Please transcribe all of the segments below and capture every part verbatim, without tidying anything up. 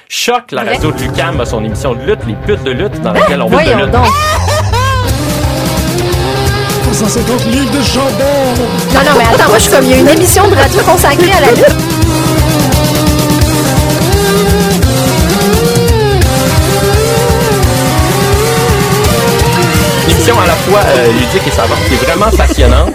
Choc, la Ouais. radio de Lucam, a son émission de lutte, Les putes de lutte, dans laquelle on veut de Voyons lutte. donc. cent cinquante livres de jambon! Non, non, mais attends, moi, je suis comme, il y a une émission de radio consacrée à la lutte. Une émission à la fois euh, ludique et savante, qui est vraiment passionnante.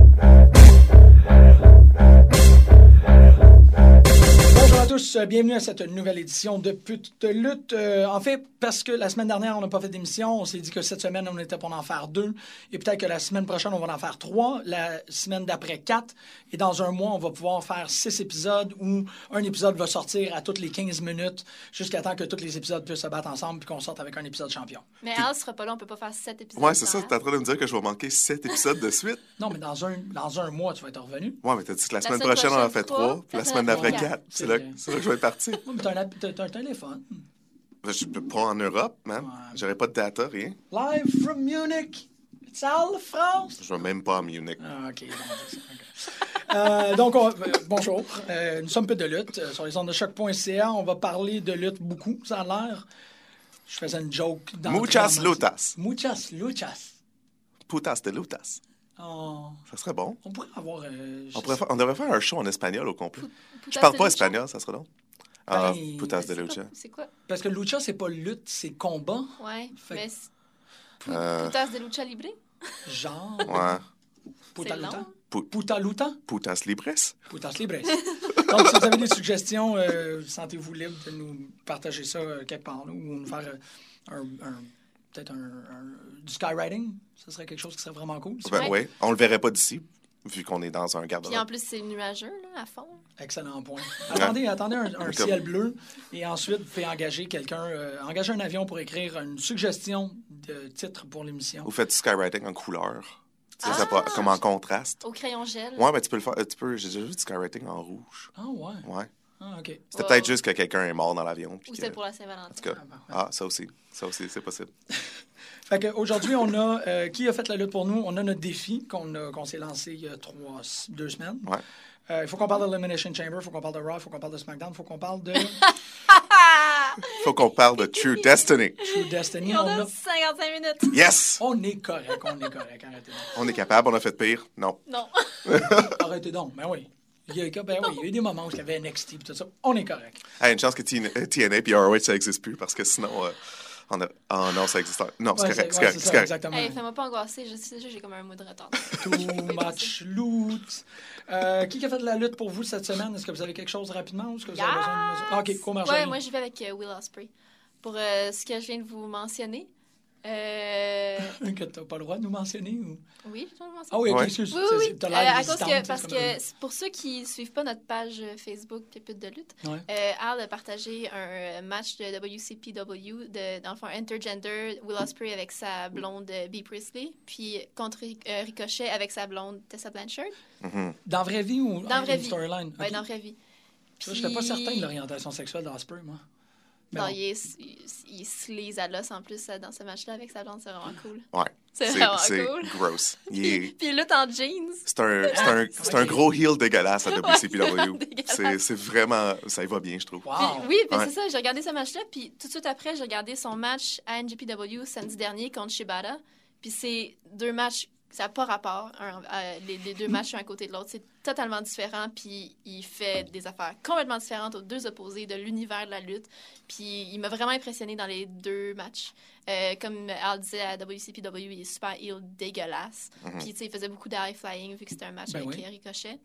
Bonjour à tous, euh, bienvenue à cette nouvelle édition de Pute de lutte. Euh, en fait, parce que la semaine dernière, on n'a pas fait d'émission, on s'est dit que cette semaine, on était pour en faire deux. Et peut-être que la semaine prochaine, on va en faire trois. La semaine d'après, quatre. Et dans un mois, on va pouvoir faire six épisodes où un épisode va sortir à toutes les quinze minutes jusqu'à temps que tous les épisodes puissent se battre ensemble puis qu'on sorte avec un épisode champion. Mais Al sera pas là, on peut pas faire sept épisodes. Ouais, c'est ça. par T'es en train de me dire que je vais manquer sept épisodes de suite? Non, mais dans un, dans un mois, tu vas être revenu. Ouais, mais t'as dit que la, La semaine semaine prochaine, on en prochaine, fait trois, trois, puis la la semaine semaine d'après, d'après, quatre. c'est C'est là, vrai. c'est là que je vais être parti. Oui, mais t'as un, t'as- t'as un téléphone. Je peux pas en Europe, man. J'aurais pas de data, rien. Live from Munich. It's all France. Je vais même pas à Munich. Ah, OK. Bon, c'est ça, OK. Euh, donc, on- euh, bonjour. Euh, nous sommes peu de lutte. Euh, sur les ondes de choc point c a, on va parler de lutte beaucoup, ça a l'air. Je faisais une joke. d'entrée Muchas dans ma- lutas. Muchas luchas. Putas de lutas. Oh, Ça serait bon. on pourrait avoir... euh, On, pourrait faire- on devrait faire un show en espagnol au complet. Putas Je parle de pas lucha. espagnol, ça serait long. Ah, Ben, putas de C'est lucha. quoi- C'est quoi? Parce que lucha, c'est pas lutte, c'est combat. Ouais, Fait- mais c'est- Pu- Euh. Putas de lucha libre? Genre... Ouais. Puta C'est luta. long. Pu- Puta luta. Putas libres. Putas libres. Donc, si vous avez des suggestions, euh, sentez-vous libre de nous partager ça euh, quelque part, là, ou nous faire euh, un, un- peut-être un, un- du skywriting. Ça serait quelque chose qui serait vraiment cool. Ben Ouais. ouais. On le verrait pas d'ici, vu qu'on est dans un Puis en garde-robe. plus, c'est nuageux, là, à fond. Excellent point. Attendez, attendez un, un Comme- ciel bleu et ensuite, vous pouvez engager quelqu'un, euh, engager un avion pour écrire une suggestion de titre pour l'émission. Vous faites du skywriting en couleur. Tu sais, Ah! ça peut- comme en contraste. Au crayon gel. Ouais, ben tu peux le faire. Tu peux, j'ai déjà vu du skywriting en rouge. Ah ouais. Ouais. Ah, OK. C'était Wow. peut-être juste que quelqu'un est mort dans l'avion. puis Ou que- c'est pour la En Saint-Valentin. tout cas, Ah, ben, ouais. ah, ça aussi. Ça aussi, c'est possible. Fait qu'aujourd'hui, on a... euh, qui a fait la lutte pour nous? On a notre défi qu'on a- qu'on s'est lancé il y a trois, deux semaines. Ouais. Euh, il faut qu'on parle de l'Elimination Chamber, il faut qu'on parle de Raw, il faut qu'on parle de SmackDown, il faut qu'on parle de Faut qu'on parle de True Destiny. True Destiny. On On, a a- cinquante-cinq minutes. Yes! on est correct, on est correct. Arrêtez donc. On est capable, on a fait pire. Non. Non. Arrêtez donc. Ben oui. Il y a, ben oui, il y a eu des moments où il y avait N X T et tout ça. On est correct. Hey, une chance que T N A T N A et R O H, ça n'existe plus, parce que sinon, euh, on a... Oh non, ça existe. Non, c'est Ouais, correct, c'est ouais, correct, c'est c'est ça, correct. exactement. Hey, fais-moi pas angoisser. Je sais déjà, j'ai comme un mood de retard. Too much loot. Euh, qui a fait de la lutte pour vous cette semaine? Est-ce que vous avez quelque chose rapidement ou est-ce que vous avez besoin de... Yes! Ah, OK, cool, Marjorie. Ouais, moi, j'y vais avec euh, Will Ospreay. Pour euh, ce que je viens de vous mentionner. Euh... Que t'as pas le droit de nous mentionner ou... Oui, je dois le mentionner. Ah oui, OK, Ouais. excuse. Oui, c'est- oui, c'est- oui. t'as Euh, l'air à cause hésitante, que, c'est parce comme- que c'est pour ceux qui suivent pas notre page euh, Facebook Pépite de lutte, Ouais. euh, Al a partagé un match de W C P W, de, dans le fond, intergender, Will Ospreay avec sa blonde euh, Bea Priestley, puis contre euh, Ricochet avec sa blonde Tessa Blanchard, Mhm. Dans la vraie vie ou Dans la vraie une vie. storyline? ouais, OK. dans la vraie vie. Ça, je n'étais pas certain de l'orientation sexuelle d'Osprey, moi. Mais Non, bon. il, est, il, il se lise à l'os en plus euh, dans ce match-là avec sa blonde, c'est vraiment cool. Ouais. C'est vraiment c'est cool. gross. Il est- Puis il lutte en jeans. C'est un, c'est un, c'est un Ok. gros heel dégueulasse à W C P Ouais, W. dégueulasse. C'est c'est vraiment... Ça y va bien, je trouve. Wow. Puis- oui, puis Ouais. c'est ça, j'ai regardé ce match-là, puis tout de suite après, j'ai regardé son match à N J P W samedi dernier contre Shibata. Puis c'est deux matchs, ça n'a pas rapport, un- euh, les, les deux matchs un à côté de l'autre. C'est totalement différent, puis il fait des affaires complètement différentes aux deux opposés de l'univers de la lutte. Puis il m'a vraiment impressionné dans les deux matchs. Euh, comme Al disait à W C P W, il est super heel dégueulasse. Mhm. Puis tu sais, il faisait beaucoup d'high flying vu que c'était un match Ben avec oui. Ricochet.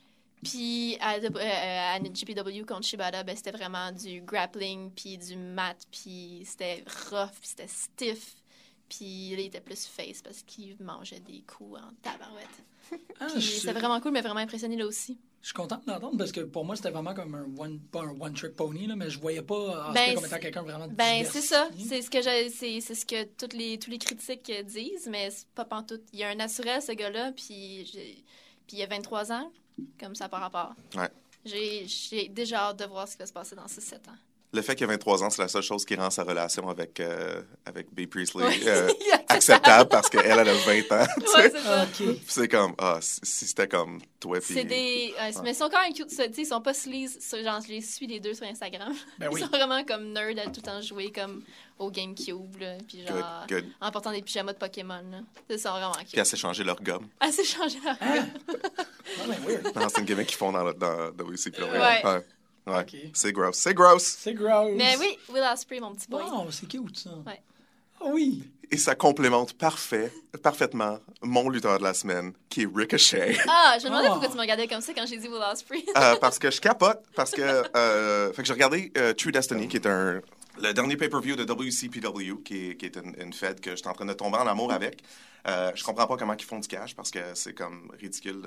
Puis à, euh, à G P W contre Shibata, ben, c'était vraiment du grappling, puis du mat, puis c'était rough, puis c'était stiff. Puis là, il était plus face parce qu'il mangeait des coups en tabarouette. Ah, Puis je, c'était vraiment cool, mais vraiment impressionné là aussi. je suis content d'entendre parce que pour moi, c'était vraiment comme un one, pas un one-trick pony, là, mais je voyais pas Osprey Ben, comme étant c'est- quelqu'un vraiment de Ben, c'est ça. diversifié. C'est ce que j'ai, c'est, c'est ce que toutes les, tous les critiques euh, disent, mais c'est pas pantoute. Il y a un naturel, ce gars-là, puis, j'ai- puis il a vingt-trois ans, comme ça par rapport. Ouais. J'ai, j'ai déjà hâte de voir ce qui va se passer dans six sept ans. le fait qu'il a vingt-trois ans, c'est la seule chose qui rend sa relation avec, euh, avec Bea Priestley euh, acceptable parce qu'elle, elle a vingt ans. Tu sais. Ouais, c'est ça. OK. C'est comme, ah, si si c'était comme toi. Puis... C'est des. euh, mais ils sont quand même cute. ça, tu sais, Ils sont pas sleaze. ça, Genre, je les suis les deux sur Instagram. Ben oui. Ils sont vraiment comme nerds à tout le temps jouer comme au GameCube. Là, puis genre, Good, good. en portant des pyjamas de Pokémon. Là. Ils sont vraiment Puis cute. elle s'est changé leur gomme. Ah, c'est changé la Hein? Ah, ben, weird. Non, c'est une gimmick qu'ils font dans, le- dans W C P. Ouais. Ouais. Ouais. Ok. C'est gross. C'est gross. C'est gross. Mais oui, Will Ospreay, mon petit boy. Wow, c'est cute, ça. Ouais. Ah oui. Et ça complémente parfait, parfaitement mon lutteur de la semaine, qui est Ricochet. Ah, je me demandais Ah. pourquoi tu me regardais comme ça quand j'ai dit Will Ospreay. Euh, parce que je capote, parce que, euh, fait que j'ai regardé euh, True Destiny, qui est un, le dernier pay-per-view de W C P W, qui est, qui est une, une fête que je suis en train de tomber en amour avec. Euh, je comprends pas comment ils font du cash, parce que c'est comme ridicule.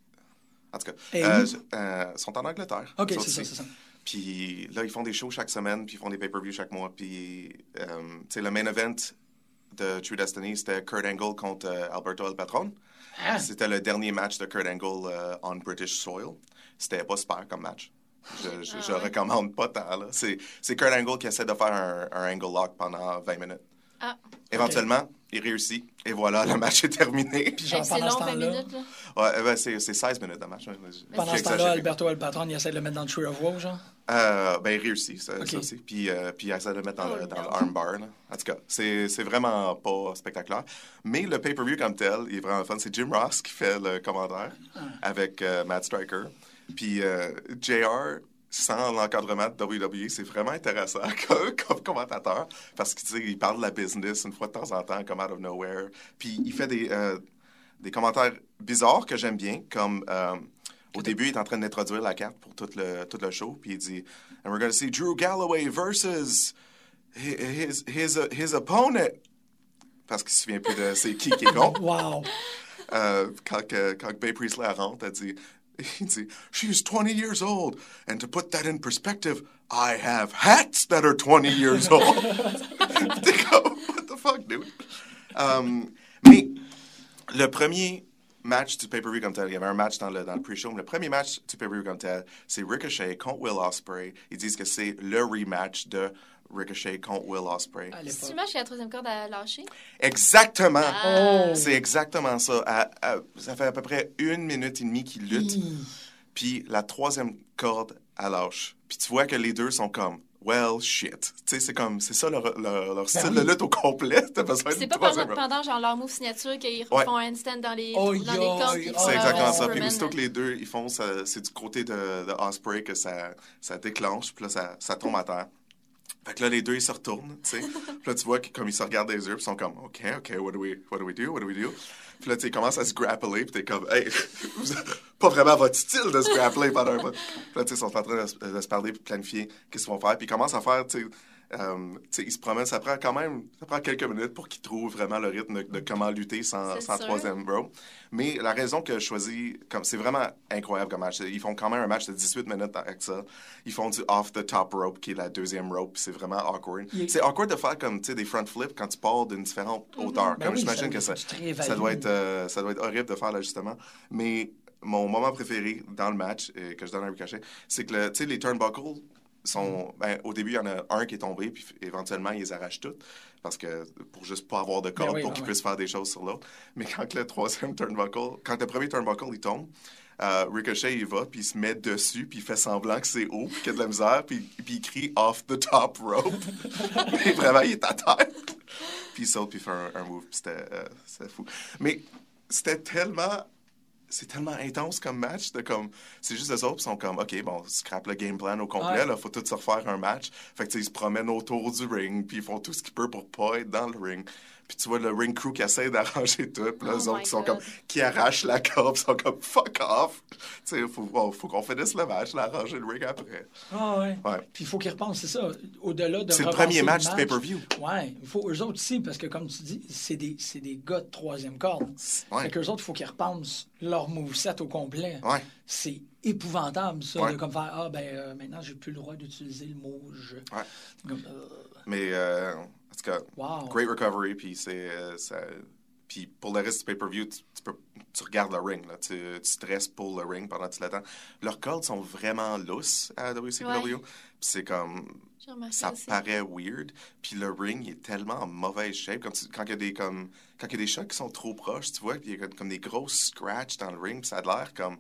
En tout cas, Et euh, où? je- euh, ils sont en Angleterre. OK, eux c'est ça, aussi. c'est ça. Puis là, ils font des shows chaque semaine, puis ils font des pay-per-views chaque mois. Puis, euh, tu sais, le main event de True Destiny, c'était Kurt Angle contre euh, Alberto El Patron. Ah. C'était le dernier match de Kurt Angle euh, on British soil. C'était pas super comme match. Je, je, Ah je ouais. recommande pas tant. Là. C'est, c'est Kurt Angle qui essaie de faire un, un angle lock pendant vingt minutes. Ah, Éventuellement, il réussit. Et voilà, le match est terminé. Puis hey, genre, c'est pendant ce long, vingt temps-là, minutes. Là. Ouais, ben, c'est, c'est seize minutes de match. hein. pendant J'ai ce temps-là, exagéré. Alberto El Patron, il essaie de le mettre dans le Tree of Woe, genre. Euh, ben, il réussit, ça, Ok. ça aussi. Puis, euh, puis il essaie de le mettre dans, Oh le, dans non. le armbar. Là. En tout cas, c'est, c'est vraiment pas spectaculaire. Mais le pay-per-view comme tel, il est vraiment fun. C'est Jim Ross qui fait le commentaire avec euh, Matt Striker. Puis euh, J R, sans l'encadrement de W W E, c'est vraiment intéressant comme, comme commentateur. Parce qu'il parle de la business une fois de temps en temps, comme out of nowhere. Puis il fait des, euh, des commentaires bizarres que j'aime bien, comme... euh, Au début, il est en train d'introduire la carte pour tout le, tout le show, puis il dit « And we're going to see Drew Galloway versus his, his, his opponent. » Parce qu'il se souvient plus de c'est qui qui est contre. Wow. Euh, quand, que, quand Bea Priestley rentre, elle dit, il dit « She's twenty years old. And to put that in perspective, I have hats that are twenty years old. » T'es comme « What the fuck, dude? Um, » Mais le premier... match du pay-per-view comme tel. Il y avait un match dans le, dans le pre-show. Mais le premier match du pay-per-view comme tel, c'est Ricochet contre Will Ospreay. Ils disent que c'est le rematch de Ricochet contre Will Ospreay. À C'est-tu l'époque. le match que la troisième corde a lâché? Exactement! Oh. C'est exactement ça. À- à- ça fait à peu près une minute et demie qu'ils luttent. Hi. Puis la troisième corde, elle lâche. Puis tu vois que les deux sont comme... Well, shit. Tu sais, c'est comme, c'est ça leur, leur, leur style oui. de lutte au complet. T'as besoin C'est d'une pas troisième pendant, round. pendant genre leur move signature qu'ils Ouais. font un handstand dans les, Oh, dans les yo, cordes. yo, puis ils oh, font C'est leur, exactement euh, ça. Puis Superman. aussitôt que les deux, ils font, ça, c'est du côté de, de Ospreay que ça, ça déclenche, puis là, ça, ça tombe à terre. Fait que là, les deux, ils se retournent, tu sais. Puis là, tu vois que, comme ils se regardent des yeux, puis ils sont comme, OK, OK, what do we, what do we do, what do we do? Puis là, tu sais, ils commencent à se grappler, puis t'es comme, hey, vous avez pas vraiment votre style de se grappler pendant un bout. Puis là, tu sais, ils sont en train de, se- de se parler, puis planifier qu'est-ce qu'ils vont faire. Puis ils commencent à faire, tu sais, euh, tu sais, ils se promènent, ça prend quand même, ça prend quelques minutes pour qu'ils trouvent vraiment le rythme de, de comment lutter sans, C'est sans sûr. troisième row. Mais la raison que je choisis, comme c'est vraiment incroyable comme match. Ils font quand même un match de dix-huit minutes avec ça. Ils font du off the top rope, qui est la deuxième rope, puis c'est vraiment awkward. Il- C'est awkward de faire comme, tu sais, des front flips quand tu pars d'une différente hauteur. Ben comme oui, j'imagine ça- que ça, tu te réévalues. ça doit être, euh, ça doit être horrible de faire l'ajustement. Mais mon moment préféré dans le match, euh, que je donne à Ricochet, c'est que, le- tu sais, les turnbuckles sont... Ben, au début, il y en a un qui est tombé, puis éventuellement, ils les arrachent toutes, parce que pour juste pas avoir de corde, Ben oui, pour ben qu'ils oui. puissent faire des choses sur l'autre. Mais quand le troisième turnbuckle, quand le premier turnbuckle, il tombe, euh, Ricochet, il va, puis il se met dessus, puis il fait semblant que c'est haut, puis qu'il y a de la misère, puis, puis il crie « off the top rope ». Mais vraiment, il est à terre. Puis il saute, puis il fait un, un move, puis c'était, euh, c'était fou. Mais c'était tellement... C'est tellement intense comme match, de comme... C'est juste eux autres qui sont comme, OK, bon, scrap le game plan au complet, Ouais. là, faut tout se refaire un match. Fait que, tu sais, ils se promènent autour du ring, puis ils font tout ce qu'ils peuvent pour pas être dans le ring. Puis tu vois le ring crew qui essaie d'arranger tout, puis là, Oh eux autres my qui sont God. comme... qui arrachent la corde, sont comme, fuck off! Tu sais, faut, bon, faut qu'on finisse le match, là, arranger le ring après. Ah ouais. Ouais. Puis il faut qu'ils repensent, c'est ça. Au-delà de C'est le repenser premier match du pay-per-view. Ouais, il faut eux autres aussi, parce que comme tu dis, c'est des, c'est des gars de troisième corde. Ouais. Fait qu'eux autres, il faut qu'ils repensent leur moveset au complet. Ouais. C'est épouvantable, ça, Ouais. de comme faire, ah ben euh, maintenant, j'ai plus le droit d'utiliser le mot je. Ouais. Comme, euh, Mais, euh, en tout cas, Wow. great recovery, puis c'est... euh, ça- Puis pour le reste du pay-per-view, tu, tu, peux, tu regardes le ring. Là. Tu, tu stresses pour le ring pendant tout le temps. Leurs cordes sont vraiment lousses à W C W. Ouais. Puis c'est comme... Ça aussi. paraît weird. Puis le ring, il est tellement en mauvaise shape. Comme tu, quand il y a des comme quand il y a des shots qui sont trop proches, tu vois, il y a comme des grosses scratches dans le ring. Puis ça a l'air comme...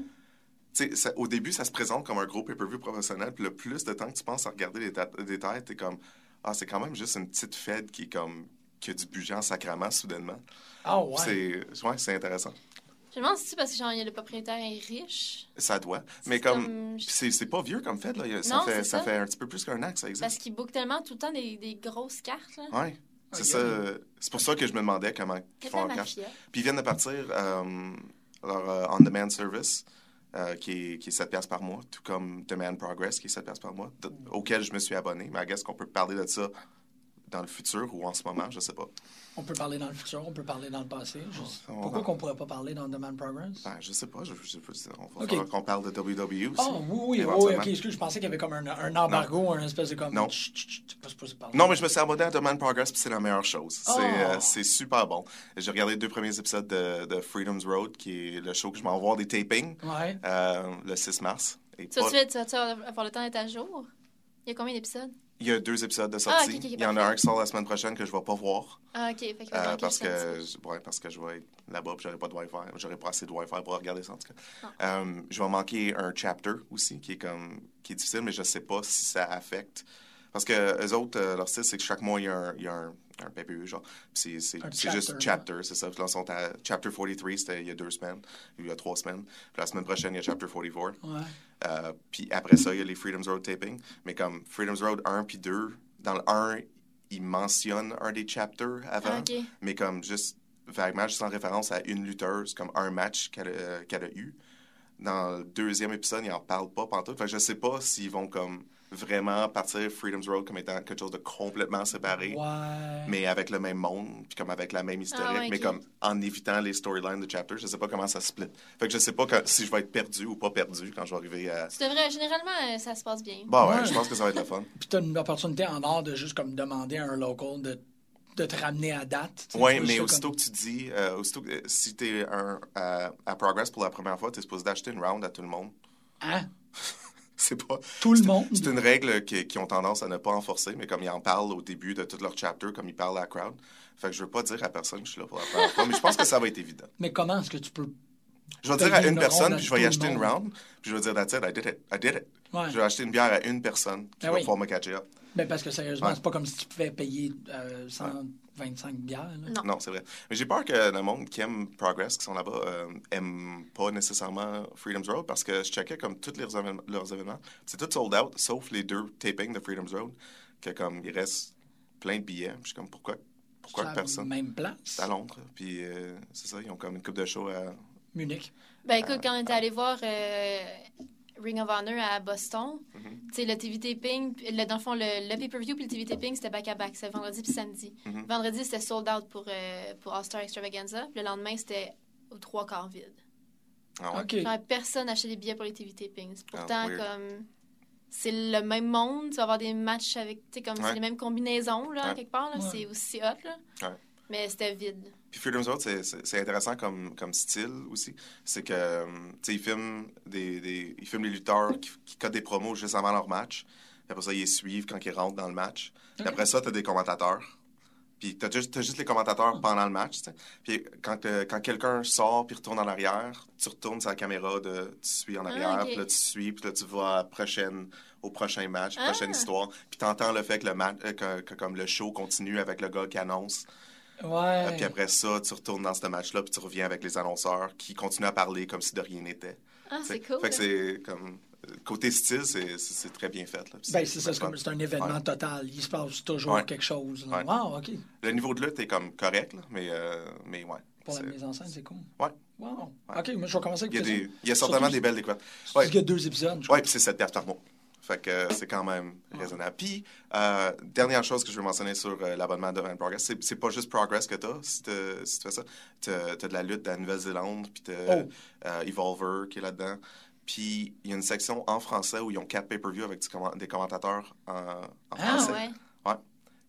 Tu sais, au début, ça se présente comme un gros pay-per-view professionnel. Puis le plus de temps que tu penses à regarder les ta- détails, t'es comme... Ah, c'est quand même juste une petite fed qui est comme... qui a du budget en sacrament, soudainement. Ah ouais. C'est, ouais, c'est intéressant. Je me demande si c'est parce que genre, le propriétaire est riche. Ça doit. Mais C'est comme... comme- C'est, c'est pas vieux comme fait, là. Il y a- Ça, Non, fait, c'est ça ça. fait un petit peu plus qu'un an que ça Parce existe. qu'il book tellement tout le temps des, des grosses cartes. Là. Ouais. C'est Ok. ça. C'est pour ça que je me demandais comment ils C'est font de en la cash. mafia. Puis ils viennent de partir euh, leur euh, on-demand service, euh, qui, est, qui est sept dollars par mois, tout comme Demand Progress, qui est sept dollars par mois, d- auquel je me suis abonné. Mais I guess qu'on peut parler de ça dans le futur ou en ce moment, je sais pas. On peut parler dans le futur, on peut parler dans le passé. Je- On Pourquoi va- qu'on pourrait pas parler dans Demand Progress? Ben, je sais pas. Je, je sais pas. On va Ok. falloir qu'on parle de W W E aussi. Ah, oui, oui, oui, éventuellement. ok, excuse, je pensais qu'il y avait comme un, un embargo, un espèce de comme... Non. Chut, chut, chut, c'est pas supposé parler. Non, mais je me suis abonné à Demand Progress, puis c'est la meilleure chose. C'est, Oh. euh, c'est super bon. J'ai regardé les deux premiers épisodes de, de Freedom's Road, qui est le show que je m'en vais voir des tapings, Ouais. euh, le six mars. Et Tu vas pas- tu vas- tu vas avoir le temps d'être à jour? Il y a combien d'épisodes? Il y a deux épisodes de sortie. Ah, ok, ok, ok, Il y en a parfait. un qui sort la semaine prochaine que je vais pas voir. Ah, OK. Fait qu'il va euh, manquer parce, le que, samedi. je- ouais, parce que je vais être là-bas et j'aurai pas de Wi-Fi. J'aurai pas assez de Wi-Fi pour regarder ça, en tout cas. Ah. Euh, je vais manquer un chapter aussi qui est, comme, qui est difficile, mais je sais pas si ça affecte. Parce que eux autres, euh, leur style, c'est que chaque mois, il y a un, il y a un, un P P E, genre. Puis c'est, c'est, Un c'est juste chapter, chapter, c'est ça. Puis là, ils sont à Chapter quarante-trois, c'était il y a deux semaines, il y a trois semaines. Puis la semaine prochaine, il y a Chapter quarante-quatre. Ouais. Euh, puis après ça, il y a les Freedom's Road taping. Mais comme Freedom's Road un puis deux, dans le un, ils mentionnent un des chapters avant. Ah, OK. Mais comme juste vaguement, juste en référence à une lutteuse, comme un match qu'elle a, qu'elle a eu. Dans le deuxième épisode, ils n'en parlent pas pantoute. Fait que je sais pas s'ils vont comme vraiment partir Freedom's Road comme étant quelque chose de complètement séparé, Ouais. mais avec le même monde, puis comme avec la même historique, Ah ouais, mais ok. comme en évitant les storylines de chapters. Je sais pas comment ça se split. Fait que je sais pas que- si je vais être perdu ou pas perdu quand je vais arriver à... Tu devrais, généralement, euh, ça se passe bien. Bon, ouais, Ouais. je pense que ça va être le fun. Puis t'as une opportunité en or de juste comme demander à un local de, de te ramener à date. tu sais, Oui, tu peux mais juste aussitôt comme- que tu dis, euh, aussitôt que, euh, si tu es un, à, à Progress pour la première fois, tu es supposé d'acheter une round à tout le monde. Hein? C'est pas. Tout le c'est- monde? C'est une règle qui, qui ont tendance à ne pas enforcer, mais comme ils en parlent au début de tout leur chapter, comme ils parlent à la crowd. Fait que je veux pas dire à personne que je suis là pour la première fois, mais je pense que ça va être évident. Mais comment est-ce que tu peux... Je vais dire à Payer une une personne, ronde à puis je vais y tout acheter le une monde. round, puis je vais dire, that's it, I did it, I did it. Ouais. Je vais acheter une bière à une personne qui Ben va oui. pouvoir me catcher up. Ben parce que sérieusement, Ouais. c'est pas comme si tu pouvais payer euh, cent vingt-cinq bières. Là. Non. Non, c'est vrai. Mais j'ai peur que le monde qui aime Progress, qui sont là-bas, euh, aime pas nécessairement Freedom's Road parce que je checkais comme tous leurs événements. Leurs événements. C'est tout sold out, sauf les deux tapings de Freedom's Road, que comme il reste plein de billets. Puis je suis comme, pourquoi, pourquoi C'est que à la personne? même place. C'est à Londres. Puis euh, c'est ça, ils ont comme une coupe de show à... Munich. Ben écoute, quand on était allé voir euh, Ring of Honor à Boston, Mhm. tu sais, le T V taping, puis le, dans le fond, le, le pay-per-view puis le T V taping, c'était back-à-back. C'était vendredi puis samedi. Mhm. Vendredi, c'était sold out pour, euh, pour All-Star Extravaganza. Puis le lendemain, c'était aux trois quarts vide. Ah ouais. OK. Genre, personne n'achetait des billets pour les T V tapings. Pourtant, Ah, weird. comme... C'est le même monde. Tu vas avoir des matchs avec... Tu sais, comme Ouais. c'est les mêmes combinaisons, là, Ouais. quelque part. Là. Ouais. C'est aussi hot, là. Ouais. Mais c'était vide. Puis Freedom's Road, c'est, c'est, c'est intéressant comme, comme style aussi. C'est que, euh, tu sais, ils filment, des, des, ils filment les lutteurs qui, qui codent des promos juste avant leur match. Puis après ça, ils les suivent quand ils rentrent dans le match. Puis après ça, tu as des commentateurs. Puis tu as juste, t'as juste les commentateurs pendant le match. tu sais. Puis quand, t'as- quand quelqu'un sort puis retourne en arrière, tu retournes sur la caméra, de, tu suis en arrière, Ah, ok. puis là, tu suis, puis là, tu vas à la prochaine, au prochain match, Ah. prochaine histoire. Puis tu entends le fait que le, match, euh, que, que comme le show continue avec le gars qui annonce. Ouais. Euh, puis après ça, tu retournes dans ce match-là, puis tu reviens avec les annonceurs qui continuent à parler comme si de rien n'était. Ah, Fait- c'est cool. Fait que c'est comme... Côté style, c'est, c'est, c'est très bien fait. Là. Puis Ben, c'est ça, c'est, fun. comme, c'est un événement Ouais. total. Il se passe toujours Ouais. quelque chose. là. Ouais. Wow, OK. Le niveau de lutte est comme correct, là, mais, euh, mais ouais. Pour la c'est- mise en scène, c'est cool. Ouais. Wow. Ouais. OK, moi, je vais commencer à Il y a, écouter des, ça. il y a certainement Surtout- des belles découvertes. Surtout Ouais. qu'il y a deux épisodes. je Oui, puis c'est sept piastres par mois. Fait que euh, c'est quand même raisonnable. Puis, euh, dernière chose que je veux mentionner sur euh, l'abonnement de Demand Progress, c'est, c'est pas juste Progress que t'as, si, t'as, si tu fais ça. T'as, t'as de la lutte de la Nouvelle-Zélande, puis t'as Oh. euh, Evolver qui est là-dedans. Puis, il y a une section en français où ils ont quatre pay-per-view avec du comment- des commentateurs en, en Ah, français. ouais. Ouais.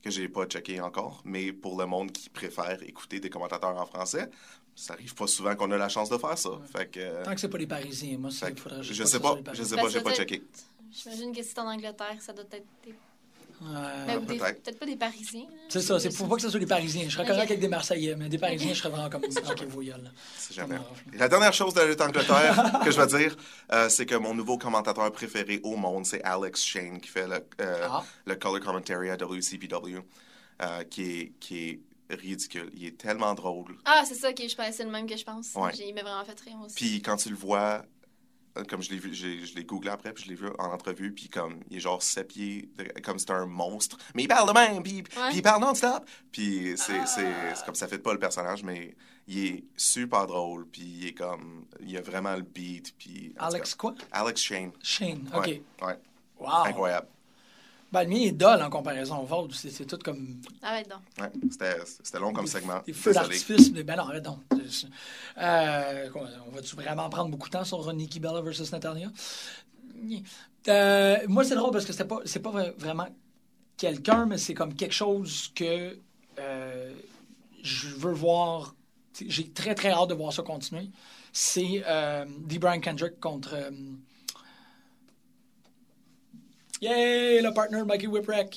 que j'ai pas checké encore. Mais pour le monde qui préfère écouter des commentateurs en français, ça arrive pas souvent qu'on a la chance de faire ça. Fait que, euh, Tant que c'est pas les Parisiens, moi, c'est, fait que faudrait je pas sais que pas, ce soit les je sais Parisiens. pas, Ben, j'ai ça pas doit checké. J'imagine que si c'est en Angleterre, ça doit être des... Ouais. Ben, ou des- peut-être. peut-être pas des Parisiens. là. C'est ça, c'est faut pas que ce soit les Parisiens. Je serais Ok. correct avec des Marseillais, mais des Parisiens, je serais vraiment comme OK, voyole. C'est jamais. Ça m'arrange. Et la dernière chose de la lutte Angleterre que je vais dire, euh, c'est que mon nouveau commentateur préféré au monde, c'est Alex Shane, qui fait le, euh, Ah. le color commentary à W C W, euh, qui, est, qui est ridicule. Il est tellement drôle. Ah, c'est ça, ok, je pense, c'est le même que je pense. Ouais. J'ai, il m'a vraiment fait rire, moi aussi. Puis quand tu le vois, euh, comme je l'ai vu, j'ai- je l'ai googlé après, puis je l'ai vu en entrevue, puis comme il est genre sept pieds, de- comme c'est un monstre, mais il parle de même, puis, puis il parle non-stop. Puis c'est, c'est, c'est comme ça fait pas le personnage, mais il est super drôle, puis il est comme, il a vraiment le beat, puis... en tout Alex cas, quoi? Alex Shane. Shane, OK. Ouais, ouais. Wow. Incroyable. Ben, le mien est dole en comparaison au vôtre. C'est, c'est tout comme Arrête donc. Ouais, c'était, c'était long comme des, segment. des feux Désolé. d'artifice. Mais ben non, arrête donc. Euh, quoi, on va-tu vraiment prendre beaucoup de temps sur Nikki Bella versus Natalia? Euh, moi, c'est drôle parce que c'est pas, c'est pas vra- vraiment quelqu'un, mais c'est comme quelque chose que euh, je veux voir. T'sais, j'ai très, très hâte de voir ça continuer. C'est euh, D. Brian Kendrick contre... euh, Yay, le partner de Mikey Whipwreck.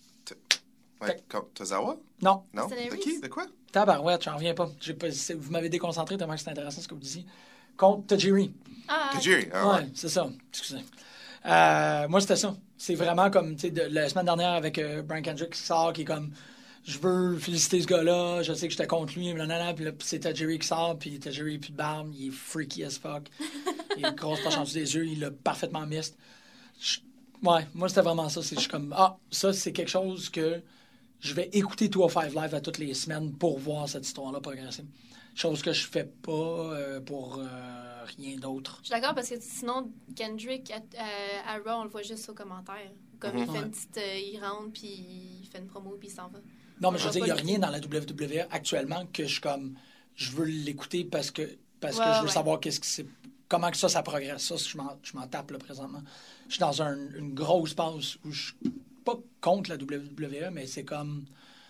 Ouais, comme Tozawa? Non, Non? C'était De Larry? qui? De quoi? tabarouette, j'en reviens pas. J'ai pas c'est- vous m'avez déconcentré tellement que c'est intéressant ce que vous disiez. Contre Tajiri. Ah, Tajiri. Ah, Ouais, ouais. c'est ça. Excusez. Euh, moi, c'était ça. C'est vraiment comme, tu sais, de- la semaine dernière avec euh, Brian Kendrick qui sort, qui est comme, je veux féliciter ce gars-là, je sais que j'étais contre lui, nanana, puis là, puis c'est Tajiri qui sort, puis Tajiri, puis de barbe, il est freaky as fuck. Il a une grosse poche en dessous des yeux, il l'a parfaitement missed. Je- Ouais, moi, c'était vraiment ça. C'est, je suis comme, ah, ça, c'est quelque chose que je vais écouter deux oh cinq Live à toutes les semaines pour voir cette histoire-là progresser. Chose que je fais pas euh, pour euh, rien d'autre. Je suis d'accord parce que sinon, Kendrick, à, à, à Raw, on le voit juste aux commentaires. Comme il fait Ouais. une petite. euh, il rentre, puis il fait une promo, puis il s'en va. Non, mais On je veux va dire, il n'y a pas rien dans la W W E actuellement que je comme je veux l'écouter parce que parce que Ouais, je veux ouais. savoir qu'est-ce que c'est comment que ça, ça progresse. Ça, je m'en, je m'en tape là, présentement. Je suis dans un- une grosse passe où je suis pas contre la W W E, mais c'est comme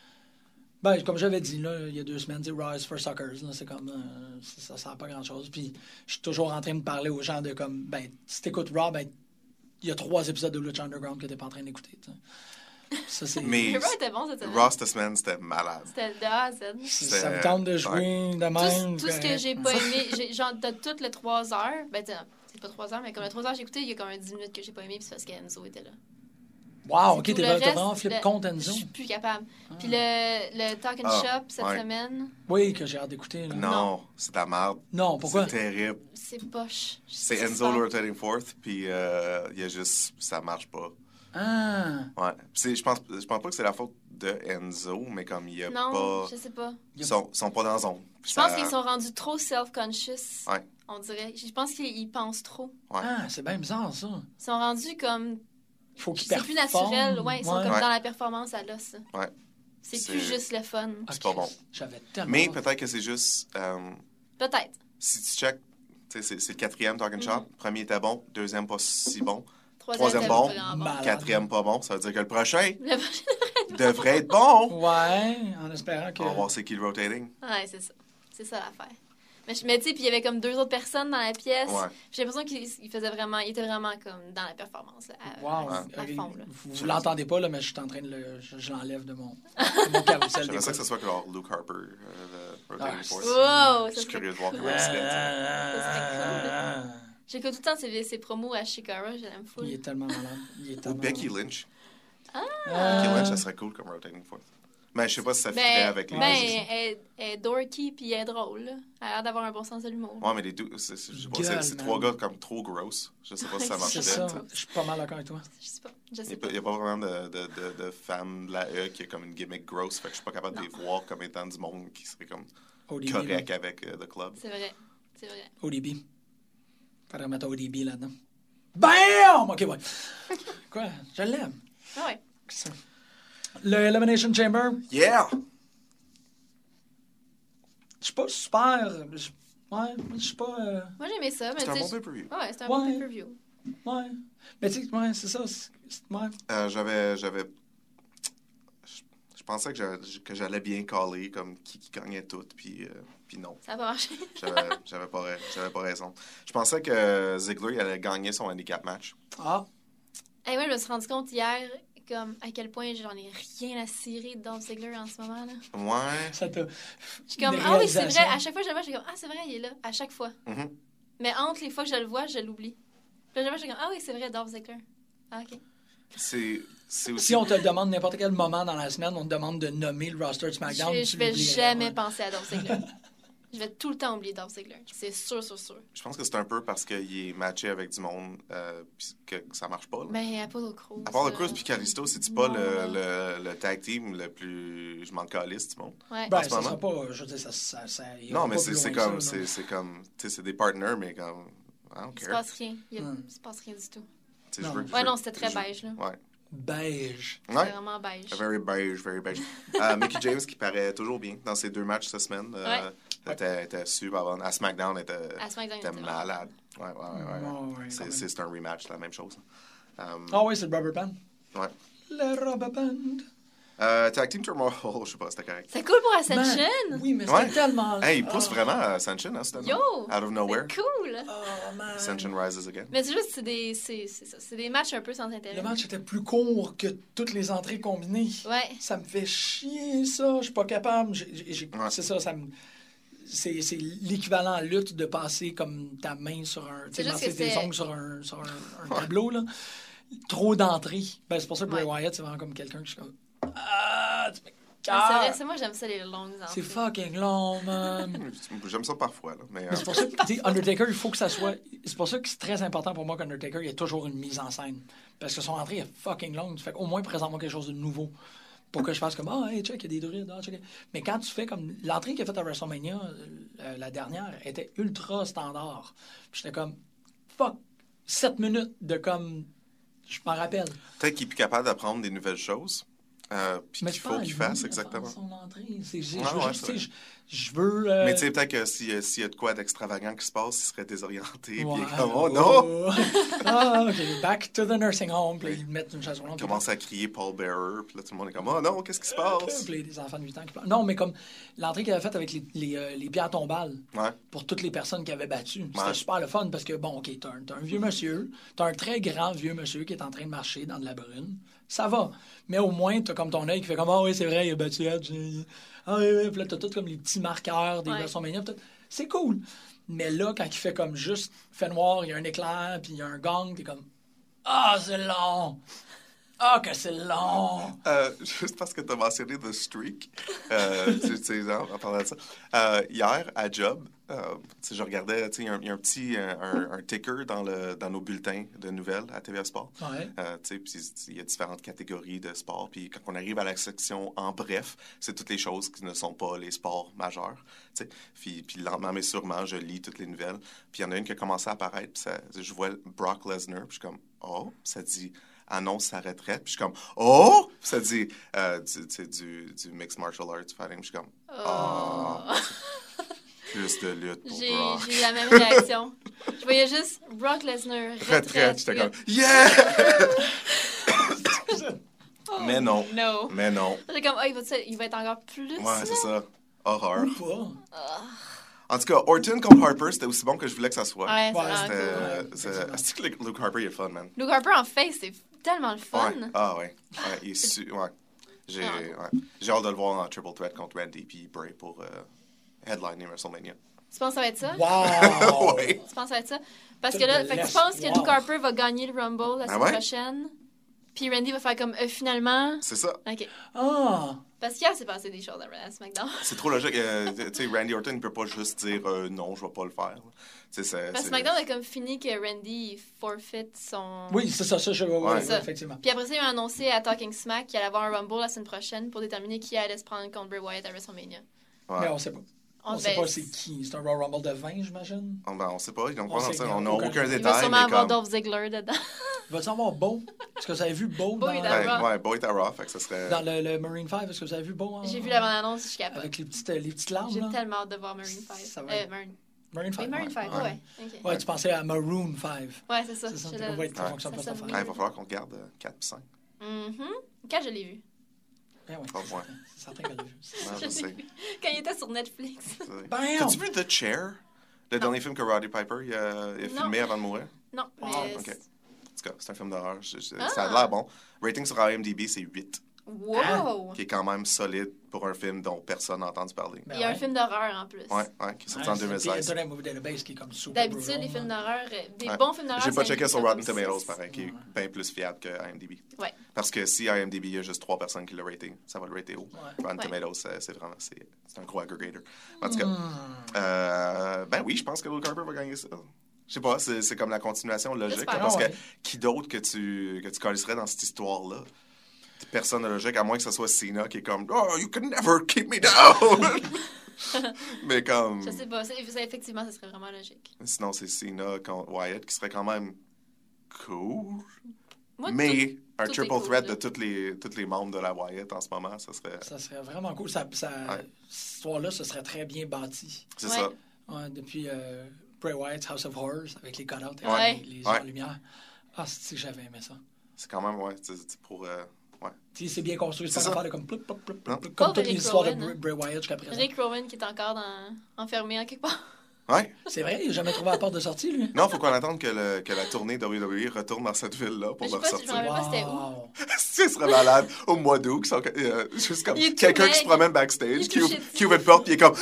ben, comme j'avais dit là, il y a deux semaines, c'est Rise for Suckers. Là, c'est comme euh, ça ne sert pas grand-chose. Puis je suis toujours en train de parler aux gens de comme ben si t'écoutes Raw, ben il y a trois épisodes de Lucha Underground que t'es pas en train d'écouter. Tu sais. Ça, c'est. Mais Mais Raw était bon cette semaine. Raw cette semaine, c'était malade. C'était de A à Z. Ça me tente de jouer de même. Tout, tout ce que j'ai pas aimé, j'ai, genre de toutes les trois heures, ben t'sais, c'est pas trois heures, mais comme les trois heures j'ai écouté, il y a comme un dix minutes que j'ai pas aimé, puis c'est parce qu'Enzo était là. Wow, C'est ok, tout. t'es Le t'as reste, vraiment flip le- contre Je Enzo. suis plus capable. Puis le, le Talk and Ah, Shop cette ouais. semaine, Oui, que j'ai hâte d'écouter. Là. Non, Non. c'est de la merde. Non, pourquoi? C'est terrible. c'est poche. Je sais C'est pas ce qui se Enzo passe. le rotating fourth, puis euh, il y a juste... Ça marche pas. Ah, Ouais. C'est, je pense, je pense pas que c'est la faute de Enzo, mais comme il y a Non, pas... je sais pas. Ils sont, sont pas dans zone. Je pense qu'ils sont rendus trop self-conscious. Ouais. On dirait. Je pense qu'ils ils pensent trop. ah c'est bien bizarre, ça. Ils sont rendus comme. Il faut qu'il C'est plus performe. naturel. Ouais, ils sont Ouais. comme Ouais. dans la performance à l'os. Ouais. C'est C'est- plus juste le fun. Ah, c'est pas bon. J'avais tellement. Mais hâte. peut-être que c'est juste... euh, Peut-être. si tu check, tu sais, c'est, c'est le quatrième Talk and Mm-hmm. Shop. Premier était bon, deuxième pas si bon, Troisième, Troisième c'était bon. vraiment bon. Malade. quatrième pas bon. Ça veut dire que le prochain Le prochain- devrait être bon. Ouais, en espérant que. On va voir c'est qui le rotating. Ouais, c'est ça. C'est ça l'affaire. Mais, je- mais tu sais, puis il y avait comme deux autres personnes dans la pièce. Ouais. J'ai l'impression qu'il il faisait vraiment, il était vraiment comme dans la performance. Là, à, Wow. à, Ok, à fond, là. Vous, vous l'entendez pas, là, mais je suis en train de le. Je, je l'enlève de mon, de mon carrousel. J'aimerais ça que d'écoute. ce soit genre Luke Harper, euh, le rotating Ah, fourth. Wow, ça Je suis serait curieux de voir cool. comment il serait. Ah, J'écoute tout le temps ses, ses promos à Shikara, je l'aime full. il est tellement malade. Il est Ou tellement Becky malade. Lynch. Ah. Becky Lynch, ça serait cool comme rotating fourth. Mais je sais pas si ça fitterait Ben, avec les ben, deux. elle, elle est dorky puis elle est drôle. Là. Elle a l'air d'avoir un bon sens de l'humour. Ouais, mais les deux, c'est, c'est, je sais pas, Gueule, c'est, c'est man. trois gars comme trop gross. Je sais pas si ça marche C'est bien. ça. Je suis pas mal d'accord avec toi. Je sais pas. Je Il sais n'y pas. a, pas vraiment de, de, de, de femme de la E qui a comme une gimmick gross, fait que je suis pas capable de les voir comme étant du monde qui serait comme O D B. correct avec euh, le club. C'est vrai. C'est vrai. O D B. Faudrait mettre O D B là-dedans. Bam! Ok, ouais. Quoi? Je l'aime. Ah ouais. Qu'est-ce que c'est? Le Elimination Chamber, Yeah! je suis pas super. je- Ouais, je suis pas. euh, Moi, j'aimais ça. Mais C'est un tu bon sais, pay-per-view. je- Ouais, c'était un Ouais. bon pay-per-view. Ouais. Mais tu sais, ouais, c'est ça. c'est- c'est- Ouais. Euh, j'avais, j'avais... je pensais que j'allais, que j'allais bien caller, comme qui, qui gagnait tout, puis, euh, puis non. Ça n'a pas marché. J'avais, j'avais, pas, ra- j'avais pas raison. Je pensais que Ziggler il allait gagner son handicap match. Ah, Hey, moi, je me suis rendu compte hier comme à quel point j'en ai rien à cirer de Dolph Ziggler en ce moment. Là. Ouais. ça t'a. Je suis comme, Une ah oui, c'est vrai. réalisation. À chaque fois que je le vois, je suis comme, ah, c'est vrai, il est là. À chaque fois. Mhm. Mais entre les fois que je le vois, je l'oublie. Puis là, je suis comme, ah oui, c'est vrai, Dolph Ziggler. Ah, OK. C'est, c'est aussi... Si on te le demande n'importe quel moment dans la semaine, on te demande de nommer le roster de Je, SmackDown. je tu vais l'oublieras, jamais ouais. penser à Dolph Ziggler. Je vais tout le temps oublier Dolph Ziggler. C'est sûr, sûr, sûr. Je pense que c'est un peu parce qu'il est matché avec du monde euh, puis que ça marche pas. Là. Mais Apollo Crews. À part le euh, Cruz puis Kalisto, c'est-tu pas non, le, non. le, le tag team le plus... Je m'en calisse du monde? Ouais. Ben, en ce ça moment? sera pas. Je veux dire, ça. ça, ça ira Non, mais pas c'est, plus c'est loin comme... que ça, c'est, là. c'est comme... Tu sais, c'est des partners, mais comme... I don't Il se care. passe rien. Il, y a- Hmm. il se passe rien du tout. Tu sais, je Non. veux- je Ouais, veux- non, c'était très je veux- beige, là. Ouais. Beige. C'est Ouais. vraiment beige. Very beige, very beige. Euh, Mickey James qui paraît toujours bien dans ses deux matchs cette semaine. Euh, Ouais. était, était super bonne. À SmackDown, elle était, À SmackDown, il était était vraiment malade. Ouais, ouais, ouais. ouais, ouais. Ouais, ouais, c'est, quand même. c'est, c'est un rematch, la même chose. Euh, Ah oui, c'est le rubber band. ouais. Le rubber band. Euh, Tag Team Turmoil, je sais pas, c'était correct. C'est cool pour Ascension. Man, oui, mais Ouais. c'était tellement. Hey, il pousse Ah. vraiment à Ascension, hein, c'était Yo! Out of nowhere. C'est cool. Oh, man. Ascension rises again. Mais c'est juste, c'est des, c'est, c'est ça. C'est des matchs un peu sans intérêt. Le match était plus court que toutes les entrées combinées. Ouais. Ça me fait chier, ça. Je suis pas capable. J'ai- j'ai- j'ai- Ouais. C'est ça, ça me. C'est, c'est l'équivalent à lutte de passer comme ta main sur un. Tu sais, C'est juste lancer que tes c'est- ongles sur un, sur un, un tableau, là. Trop d'entrées. Ben, c'est pour ça que Bray Ouais. Wyatt, c'est vraiment comme quelqu'un que je suis comme. Ah, tu me Mais c'est vrai, casses. c'est moi, j'aime ça, les longues entrées. C'est fucking long, man. J'aime ça parfois, là. Mais, Mais c'est pour ça que, tu sais, Undertaker, il faut que ça soit. C'est pour ça que c'est très important pour moi qu'Undertaker, il y ait toujours une mise en scène. Parce que son entrée est fucking longue. Fait qu'au moins, présente-moi quelque chose de nouveau. Pour que je fasse comme, ah, hey, check, il y a des druides. Ah, check. Mais quand tu fais comme. L'entrée qu'il a faite à WrestleMania, euh, la dernière, était ultra standard. Puis j'étais comme, fuck, sept minutes de comme. Je m'en rappelle. peut-être qu'il est plus capable d'apprendre des nouvelles choses. Euh, puis Mais qu'il c'est faut pas à qu'il lui fasse, de exactement. faire son entrée. C'est, c'est- Ouais, je veux ouais, juste, c'est tu sais, je, je veux. euh, Mais tu sais, peut-être que si, euh, s'il y a de quoi d'extravagant qui se passe, il serait désorienté. Puis ouais, il est comme, oh non! ah, OK, back to the nursing home. Puis ils mettent une chaise roulante. Il puis commence à crier Paul Bearer. Puis là, tout le monde est comme, oh non, qu'est-ce qui se passe? Puis les enfants de huit ans qui pleurent. Non, mais comme l'entrée qu'il avait faite avec les, les, euh, les pierres tombales Ouais. pour toutes les personnes qui avaient battu. C'était Ouais. super le fun parce que, bon, OK, t'as un, t'as un vieux monsieur, t'as un très grand vieux monsieur qui est en train de marcher dans de la brune. Ça va. Mais au moins, t'as comme ton œil qui fait comme, ah oui, c'est vrai, il a battu Edge. il- Ah oui, oui. Puis là, t'as tout comme les petits marqueurs des Ouais. WrestleMania. puis tout. C'est cool. Mais là, quand il fait comme juste fait noir, il y a un éclair, puis il y a un gong, t'es comme, ah, c'est long. Ah, que c'est long. Euh, juste parce que tu as mentionné The Streak, euh, tu tu sais, genre, en parlant de ça, euh, hier, à Job, euh, tu sais, je regardais, tu sais, il y a un- il y, a un petit un, un- un ticker dans, le, dans nos bulletins de nouvelles à T V A Sport. Ouais. Euh, tu sais, puis il y a différentes catégories de sport. Puis quand on arrive à la section en bref, c'est toutes les choses qui ne sont pas les sports majeurs. Tu sais. Puis, puis lentement mais sûrement, je lis toutes les nouvelles. Puis il y en a une qui a commencé à apparaître. Puis ça, je vois Brock Lesnar. Puis je suis comme, oh, ça dit annonce sa retraite. Puis je suis comme, oh, puis ça dit euh, du, tu sais, du, du mixed martial arts fighting. Puis je suis comme, Oh. plus de lutte pour J'ai, Brock. j'ai eu la même réaction. Je voyais juste Brock Lesnar, retraite. Retraite. J'étais comme, lutte. yeah! Oh, Mais non. No. Mais non. J'étais comme, oh, il va, il va être encore plus. Ouais, là. c'est ça. Horreur. Ou pas. En tout cas, Orton contre Harper, c'était aussi bon que je voulais que ça soit. Ouais, c'est Ouais, vraiment C'était, cool. euh, cool. c'est- Effectivement. est-ce que Luke Harper il est fun, man? Luke Harper en face, c'est tellement le fun. Ouais. Ah ouais. Ouais, il est su... ouais. J'ai, Ah. ouais. J'ai hâte de le voir en triple threat contre Randy puis Bray pour euh, headliner WrestleMania. Tu penses que ça va être ça? Wow! Ouais. Tu penses que ça va être ça? Parce Tout que là, de fait que tu penses que l'espoir. Luke Harper va gagner le Rumble la Ah semaine ouais? prochaine? Puis Randy va faire comme, euh, finalement... C'est ça. OK. Ah! Parce qu'hier, c'est passé des choses à SmackDown. C'est trop logique. Euh, tu sais, Randy Orton ne peut pas juste dire euh, non, je vais pas le faire. Tu sais, c'est, Parce que c'est- SmackDown a comme fini que Randy forfeit son... Oui, c'est ça, ça, je ouais, Ouais. ouais, C'est ça. effectivement. Puis après ça, ils ont annoncé à Talking Smack qu'il allait avoir un Rumble la semaine prochaine pour déterminer qui allait se prendre contre Bray Wyatt à WrestleMania. Ouais. Mais on sait pas. On sait ben, pas c'est qui. C'est un Royal Rumble de vingt, j'imagine. On, ben, on sait pas. Ils n'ont On pas sait lancé. qu'il y a On n'a aucun- aucun Il va Il va détail. sûrement Mais avoir comme... Dolph Ziggler dedans. Va-tu avoir Beau? Est-ce que vous avez vu Beau Beau dans, est dans- Ben, Raw. ouais, Bo est à Raw, fait que ça serait... dans le, le Marine five? Est-ce que vous avez vu Beau? en- J'ai vu la bande-annonce, je suis capable. Avec les petites, les petites larmes, J'ai là? tellement hâte de voir Marine five. Ça va Euh, être- Marine. Marine five. Oui, Marine five, ouais. ouais. OK. Ouais, tu pensais à Maroon five. Ouais, c'est ça. C'est ça, Je on l'ai- va être Ouais. fonctionne pas Ça cette sonne affaire. Ah, il va falloir qu'on regarde euh, quatre et cinq. Mhm. Quand je l'ai vu. Ben oui, Oh, c'est ouais. certain. C'est certain qu'elle l'a vu. Non, je sais. Quand il était sur Netflix. Ben, T'as-tu vu The Chair? Le Non. dernier film que Roddy Piper il a, il a Non. filmé avant de mourir? Non, mais... Ah, OK. En tout cas, c'est un film d'horreur. Je- je- Ah. Ça a l'air bon. Rating sur I M D B, c'est huit, Wow! qui est quand même solide pour un film dont personne n'a entendu parler. Ben Il y a ouais. un film d'horreur en plus. Ouais, ouais, qui est sorti Ouais, en deux mille c'est- puis seize. Internet Movie Database qui est comme super D'habitude, brutal, les films là. d'horreur, euh, des Ouais. bons films d'horreur... J'ai pas ça checké sur indique Rotten comme Tomatoes, six. pareil, qui est bien plus fiable que I M D B. Ouais. Parce que si I M D B, il y a juste trois personnes qui l'ont raté, ça va le rater haut. Ouais. Rotten Ouais. Tomatoes, c'est c'est vraiment c'est, c'est un gros aggregator. En tout cas, Hmm. euh, ben oui, je pense que Luke Harper va gagner ça. Je sais pas, c'est, c'est comme la continuation logique. J'espère. là, parce Ah ouais. que qui d'autre que tu, que tu connaisserais dans cette histoire-là? Personne de logique, à moins que ce soit Cena qui est comme « Oh, you can never keep me down! » Mais comme... Je sais pas. c'est- ça, effectivement, ça serait vraiment logique. Sinon, c'est Cena contre Wyatt qui serait quand même cool. Moi, Mais tout- un tout est triple cool, threat là. de tous les, tous les membres de la Wyatt en ce moment, ça serait... Ça serait vraiment cool. Ça, ça, Ouais. Cette histoire-là, ce serait très bien bâti. C'est Ouais. ça. Ouais, depuis euh, Bray Wyatt's House of Horrors, avec les cutouts et Ouais. les, les Ouais. en lumière. Ah, c'est que j'avais aimé ça. C'est quand même, ouais, c'est, c'est pour... euh, ouais. Tu sais, c'est bien construit. C'est C'est pas ça. affaire de comme, plup, plup, plup, Non. plup, comme Pauvre toutes les Rick histoires de Rowan, Bray, hein. Bray Wyatt jusqu'à présent. Rick Rowan qui est encore dans... enfermé en quelque part. Ouais. C'est vrai, il n'a jamais trouvé la porte de sortie, lui. Non, faut qu'on attende que, le, que la tournée W W E retourne dans cette ville-là pour Mais je le sais pas si- je me ressortir. rappelle pas c'était où. Ce serait malade. Au mois d'août, qui sont, euh, juste comme Il est tout quelqu'un qui se maigre. promène Il backstage, est qui tout ouvre, shit. qui ouvre une porte, puis il est comme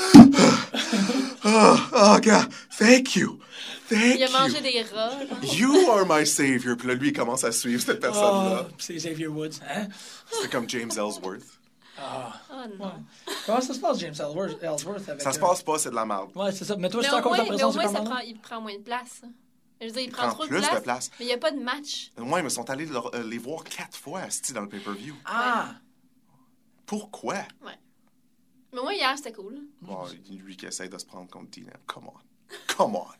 Oh, oh God, thank you. Thank Il a you. mangé des rats. genre. You are my savior. Puis là, lui, il commence à suivre cette personne-là. Ah, c'est Xavier Woods. Hein? C'était comme James Ellsworth. Ah, Oh ouais. non. Comment ça se passe, James Ellsworth? Ellsworth avec, Ça se euh, passe pas, c'est de la merde. Ouais, c'est ça. Mais toi, Mais c'est à au cause de moins, la mais au présence de moins ça Carmelo? prend, il prend moins de place. Je veux dire, il Il prend prend trop de plus place, de place. mais il n'y a pas de match. Ouais, mais ils sont allés leur- euh, les voir quatre fois, asti, dans le pay-per-view. Ah! Pourquoi? Mais moi, hier, c'était cool. Bon, lui qui essaie de se prendre contre Dean. Come on. Come on.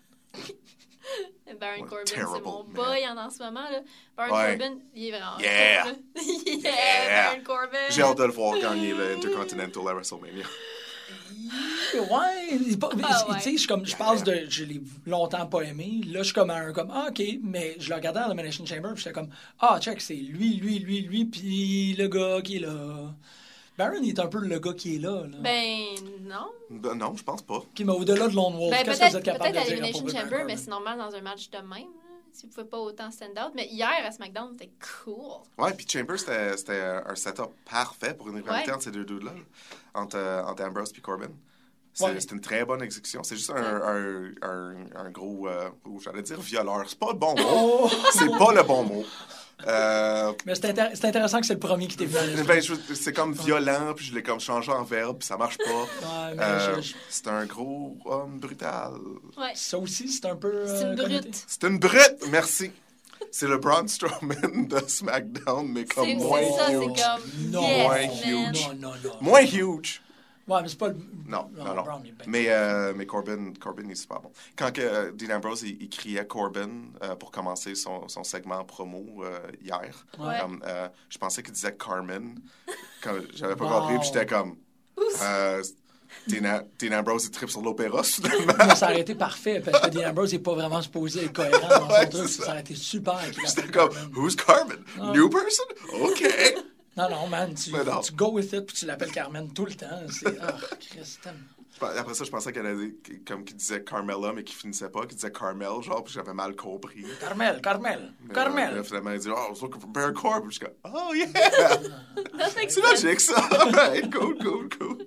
Baron Ouais, Corbin, terrible, c'est mon man. boy en, en ce moment. Là. Baron Ouais. Corbin, il est vraiment Yeah. cool, là. yeah, Yeah. Baron Corbin. J'ai hâte de le voir gagner le Intercontinental à WrestleMania. Ouais, il est pas- mais, Ah tu ouais. sais, je suis comme, je passe de, je l'ai longtemps pas aimé. Là, je suis comme un, comme, ah, ok, mais je le regardais à l'Elimination Chamber, puis j'étais comme, ah, check, c'est lui, lui, lui, lui, puis le gars qui est là. Baron, il est un peu le gars qui est là. là. Ben, non. Ben non, je pense pas. Ok, mais au-delà de Lone Wolf, Ben, qu'est-ce que vous peut-être êtes capable peut-être de à dire à l'Elimination propos de Baron Chamber, mais Corbin? c'est normal dans un match de même. Là. Si vous pouvez pas autant stand-out. Mais hier, à SmackDown, c'était cool. Ouais, puis Chambers, c'était, c'était un setup parfait pour une rivalité Ouais. entre ces deux dudes-là, là, entre, euh, entre Ambrose et Corbin. C'est, Ouais. c'est une très bonne exécution. C'est juste un, un, un, un gros, euh, oh, j'allais dire violeur. C'est pas le bon mot. Oh! C'est pas le bon mot. Euh, Mais c'est intér- c'est intéressant que c'est le premier qui t'est venu à l'esprit. ben, je- c'est comme violent, puis je l'ai comme changé en verbe, puis ça marche pas. Ouais, mais Euh, je- je- c'est un gros homme brutal. Ouais. ça aussi, c'est un peu... C'est euh, une connoté. brute. C'est une brute, merci. C'est le Braun Strowman de SmackDown, mais comme C'est moins c'est ça, huge. c'est comme. Non. Yes, Moins man. huge. Non, non, non. Moins huge. Ouais, mais c'est pas le... Non, non, non. Brown est bien. Mais, euh, mais Corbin, Corbin est super bon. Quand que, euh, Dean Ambrose, il, il criait Corbin euh, pour commencer son, son segment promo euh, hier, Ouais. comme, euh, je pensais qu'il disait Carmen. Quand j'avais pas Wow. compris, puis j'étais comme... Euh, Dean, A- Dean Ambrose, il tripe sur l'opéra, soudainement. Mais ça aurait été parfait, parce que Dean Ambrose n'est pas vraiment supposé être cohérent dans son Ouais, truc. c'est Ça. ça. aurait été super. qu'il J'étais appelle comme, Carmen. who's Carmen? Ah. New person? OK. Non, non, man, tu, Mais non. tu go with it, puis tu l'appelles Carmen tout le temps. C'est... Ah, Christ. Après ça, je pensais qu'elle allait, comme qu'il disait Carmella, mais qu'il finissait pas, qu'il disait Carmel, genre, puis j'avais mal compris. Carmel, Carmel, Mais, Carmel. euh, finalement, il dit, oh, I was looking for Baron Corbin. Je suis comme, oh, yeah! That makes C'est sense. logique, ça. Right, cool, cool, cool.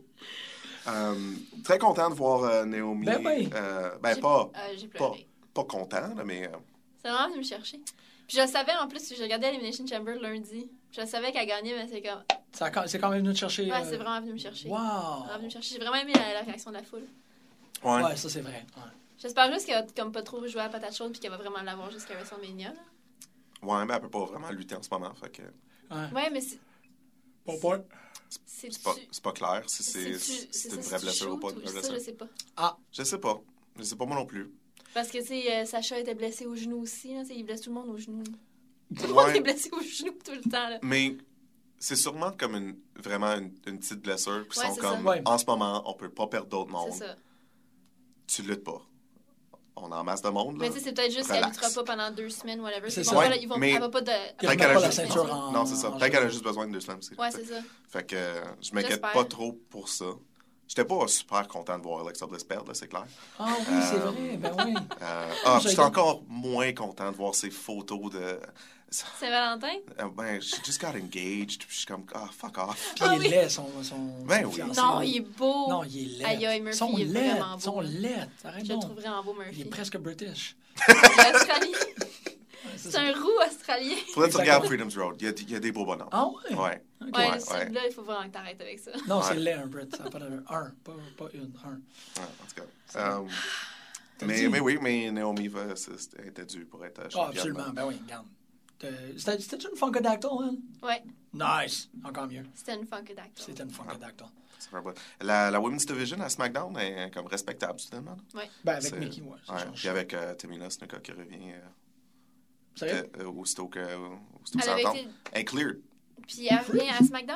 Euh, très content de voir euh, Naomi. Ben oui. Euh, ben, J'ai- pas, euh, J'ai pas, pleuré. pas content, là, mais... euh, C'est vraiment venu me chercher. Puis je le savais en plus, j'ai regardé Elimination Chamber lundi. Je le savais qu'elle gagnait, mais c'est comme. Ça a quand- c'est quand même venu te chercher. Ouais, euh, c'est vraiment venu me chercher. Wow. Vraiment venu me chercher. J'ai vraiment aimé la, la réaction de la foule. ouais. Ouais, ça c'est vrai. Ouais. J'espère juste qu'elle va comme pas trop jouer à la patate chaude puis qu'elle va vraiment l'avoir jusqu'à WrestleMania. Là. Ouais, mais elle peut pas vraiment lutter en ce moment, fait que... Ouais. Ouais, mais c'est. Pas pas. C'est C'est pas, c'est pas clair si c'est, c'est-tu- c'est ça, une c'est-tu vraie blessure ou shoot pas une vraie Ça, blessure. je sais pas. Je sais pas. Je sais pas moi non plus. Parce que, tu sais, euh, Sacha était blessé au genou aussi. Là, tu sais, il blesse tout le monde au genou. Tout le monde Ouais. est blessé au genou tout le temps. Là. Mais c'est sûrement comme une, vraiment une, une petite blessure. Puis Ouais, sont c'est comme, ça. Ouais. en ce moment, on peut pas perdre d'autres C'est mondes. ça. Tu luttes pas. on a en masse de monde. Là. Mais tu sais, c'est peut-être juste qu'elle Relax. luttera pas pendant deux semaines, whatever. C'est Ils ça. vont Ouais, pas, ils vont, mais- elle va pas de. Ils Peut-être remettent qu'elle pas a la juste ceinture besoin- en... Non, c'est ça. en Peut-être qu'elle a jeu. juste besoin de deux semaines aussi. Ouais, c'est ça. Fait que euh, je m'inquiète J'espère. pas trop pour ça. J'étais pas super content de voir Alexa Bliss perdre, là, c'est clair. Ah oui, c'est Euh, vrai, ben oui. Euh, ah, J'ai- j'étais encore moins content de voir ces photos de... Saint-Valentin? Euh, ben, she just got engaged. Puis je suis comme, ah, fuck off. Puis il est laid, son, son Ben oui. fiancé. Non, il est beau. Non, il est laid. Aïe, aïe, Murphy, Ils sont il est laids, vraiment ils sont beau, là. laids. Arrête Je le donc. trouve vraiment beau, Il est Murphy. presque British. L'Australie. c'est C'est ça. un roux australien. Faudrait que tu Exactement. regardes Freedom's Road. Il y a, il y a des beaux bonhommes. Ah ouais? Ouais. Ok. Ouais, Ouais, ce- ouais. là, il faut vraiment que t'arrêtes avec ça. Non, Ouais. c'est laid, un Brit. Ça n'a pas d'allure. Un, pas, pas une, un. Ouais, en tout cas. Euh, T'as mais, dit? mais oui, mais Naomi va, c'est- elle était due pour être Ah, championne. absolument. Ben oui, regarde. Euh, C'était c'était une Funkadactyl, hein? Ouais, Nice. Encore mieux. c'était une funkadactyl. C'était une Funkadactyl. Ça fait un bout. La, la Women's Division à SmackDown est comme respectable, finalement. Ben, avec C'est- Mickey, ouais. Ça Ouais. change. Puis avec euh, Tamina Snuka qui revient euh, Sérieux? euh, aussitôt que aussitôt que Elle ça avait entend. été... Elle est cleared. Puis elle revient à SmackDown?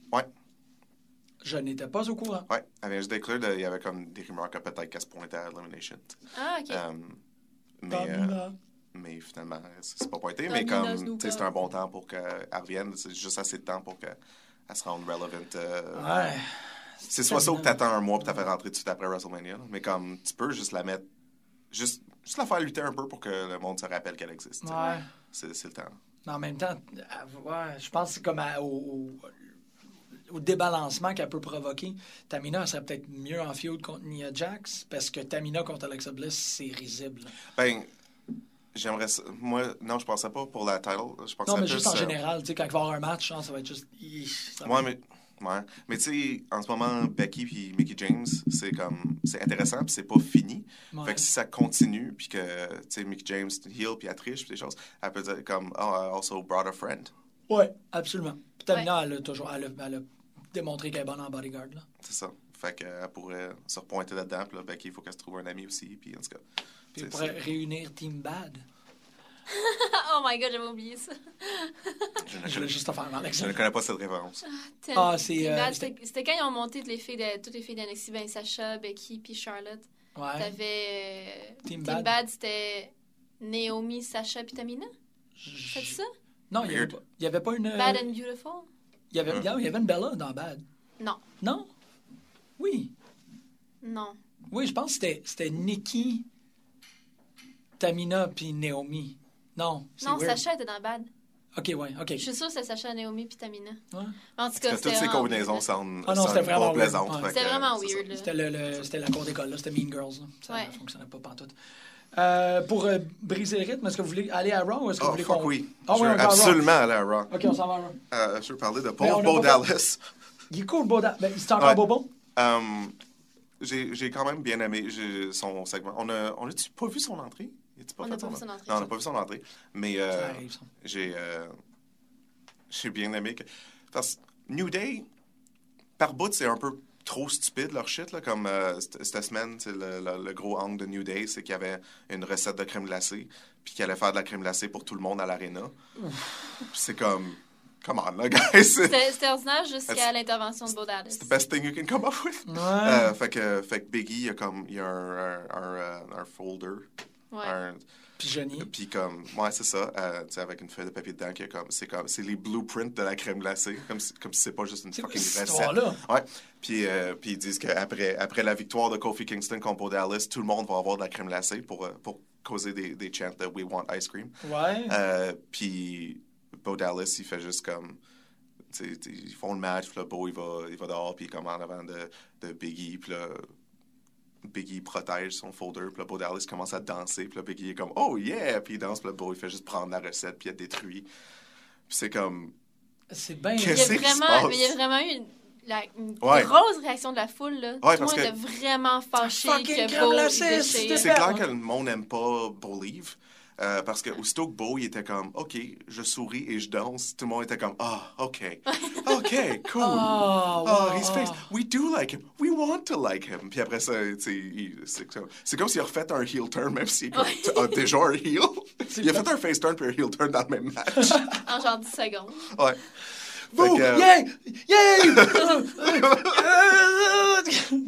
Je n'étais pas au courant. Ouais, elle vient juste d'être cleared. Il y avait comme des rumeurs que peut-être qu'elle se pointait à Elimination. Ah, OK. Euh, mais, euh, Tamina. mais finalement, c'est c'est pas pointé. Tamina Mais comme, Snuka. tu sais, c'est un bon temps pour qu'elle revienne. C'est juste assez de temps pour qu'elle se rende relevant. euh, Ouais. C'est soit ça ou que Tamina. t'attends un mois puis t'as fait rentrer tout de suite après WrestleMania. là. Mais comme, tu peux juste la mettre... Juste, juste la faire lutter un peu pour que le monde se rappelle qu'elle existe. tu sais. Ouais. C'est c'est le temps. Mais en même temps, euh, ouais, je pense que c'est comme à- au, au, au débalancement qu'elle peut provoquer. Tamina elle serait peut-être mieux en feud contre Nia Jax parce que Tamina contre Alexa Bliss, c'est risible. Ben, j'aimerais ça... Moi, non, je pensais pas pour la title. Je pensais Non, mais plus, juste en euh, général, tu sais, quand il va y avoir un match, hein, ça va être juste... Ih, ça va Ouais, être- mais... Ouais. Mais tu sais, en ce moment, Becky puis Mickie James, c'est comme... C'est intéressant puis c'est pas fini. Ouais. Fait que si ça continue puis que, tu sais, Mickie James heel puis elle triche puis des choses, elle peut dire comme, oh, I also brought a friend. Ouais, absolument. Puis Tamina, elle a toujours... Elle a, elle a démontré qu'elle est bonne en bodyguard, là. C'est ça. Fait qu'elle pourrait se repointer là-dedans. Puis là, Becky, il faut qu'elle se trouve un ami aussi. Puis en tout cas... Puis c'est- elle pourrait c'est- réunir Team Bad. Oh my God, j'avais oublié ça. Je ne, Je voulais connais, juste te faire mal avec je ça. ne connais pas cette référence. Ten- Ah, c'est, Team euh, Bad, c'était- C'était c'était quand ils ont monté toutes les filles de, toutes les filles d'N X T, ben Sacha, Becky, puis Charlotte. Ouais. T'avais... euh, Team Team Bad. Bad, c'était Naomi, Sacha, puis Tamina? Je- C'est ça? Non, il n'y avait, Weird. pas- il y avait pas une... Bad and Beautiful? Il y avait, il y avait une Bella dans Bad. Non. Non? Oui. Non. Oui, je pense que c'était, c'était Nikki, Tamina puis Naomi. Non, c'est Non, weird. Sacha était dans Bad. OK, ouais, OK. Je suis sûre que c'est Sacha, Naomi, puis Tamina. Ouais. En tout Parce cas, que c'était toutes ces vraiment combinaisons weird, là. sont, Ah non, sont c'était vraiment pas weird. plaisantes. Ouais. fait que, C'était vraiment c'est ça. weird, là. C'était, le, le- c'était la cour d'école, là. C'était Mean Girls. Là. Ça Ouais. ne fonctionnait pas pantoute. Euh, pour euh, briser le rythme, est-ce que vous voulez aller à Raw ou est-ce que vous Oh, voulez fuck qu'on... oui. Ah je oui, veux on va à Raw. absolument aller à Raw. OK, on s'en va à Raw. Euh, je veux parler de Mais on Paul a Bo pas- Dallas. Il est cool, Bo Da- ben, c'est encore Ouais. Bobo? Um, j'ai j'ai quand même bien aimé j'ai- son segment. On a, on a-tu pas vu son entrée? A-tu On fait n'a pas vu son entrée. Non, on n'a pas vu son entrée. Mais euh, Ça arrive, ça. j'ai euh, j'ai bien aimé que... Parce que New Day, par bout, c'est un peu trop stupide, leur shit. Là, comme euh, cette cette semaine, c'est le, le, le gros angle de New Day, c'est qu'il y avait une recette de crème glacée, puis qu'il allait faire de la crème glacée pour tout le monde à l'aréna. Puis c'est comme... Come on, là, guys. C'est C'était c'était ordinaire jusqu'à That's- l'intervention de Bo Dallas. it's the best thing you can come up with. Ouais. Euh, fait, que, fait que Biggie, il y a comme il y a un, un, un, euh, un folder. Ouais. Un, Puis Johnny. puis comme, ouais, c'est ça, euh, tu sais, avec une feuille de papier dedans, qui est comme, c'est comme, c'est les blueprints de la crème glacée, comme si, comme si c'est pas juste une C'est quoi fucking cette recette. histoire-là? Ouais. Puis, euh, puis ils disent qu'après après la victoire de Kofi Kingston contre Bo Dallas, tout le monde va avoir de la crème glacée pour, euh, pour causer des, des chants de We want ice cream. Ouais. Euh, puis Bo Dallas, il fait juste comme... tu sais, tu sais, ils font le match, puis là, Bo, il va, il va dehors, puis il commande avant de, de Biggie, puis là, Biggie protège son folder, puis là, Bo Dallas commence à danser, puis là, Biggie est comme « Oh yeah! » Puis il danse, puis là, Bo, il fait juste prendre la recette, puis il détruit. Puis c'est comme... C'est bien... Il y a Qu'est-ce qui se vraiment, passe? mais il y a vraiment eu une, la, une Ouais. grosse réaction de la foule. Là. Ouais, Tout le parce monde que- était vraiment fâché Fucking que crème Bo glacée, il c'est déchire. C'est Ouais. clair que le monde n'aime pas Believe. Euh, parce que aussitôt que Bo, il était comme, OK, je souris et je danse, tout le monde était comme, ah, OK, OK, cool. Oh, Oh, wow. he's fixed. We do like him. We want to like him. Puis après ça, tu sais, il- c'est comme, c'est comme s'il a refait un heel turn, même s'il est comme, Ouais. a déjà un heel. Il a fait un face turn puis un heel turn dans le même match. En genre dix secondes. Ouais. Boo! Fait que, euh, Yay! Yay!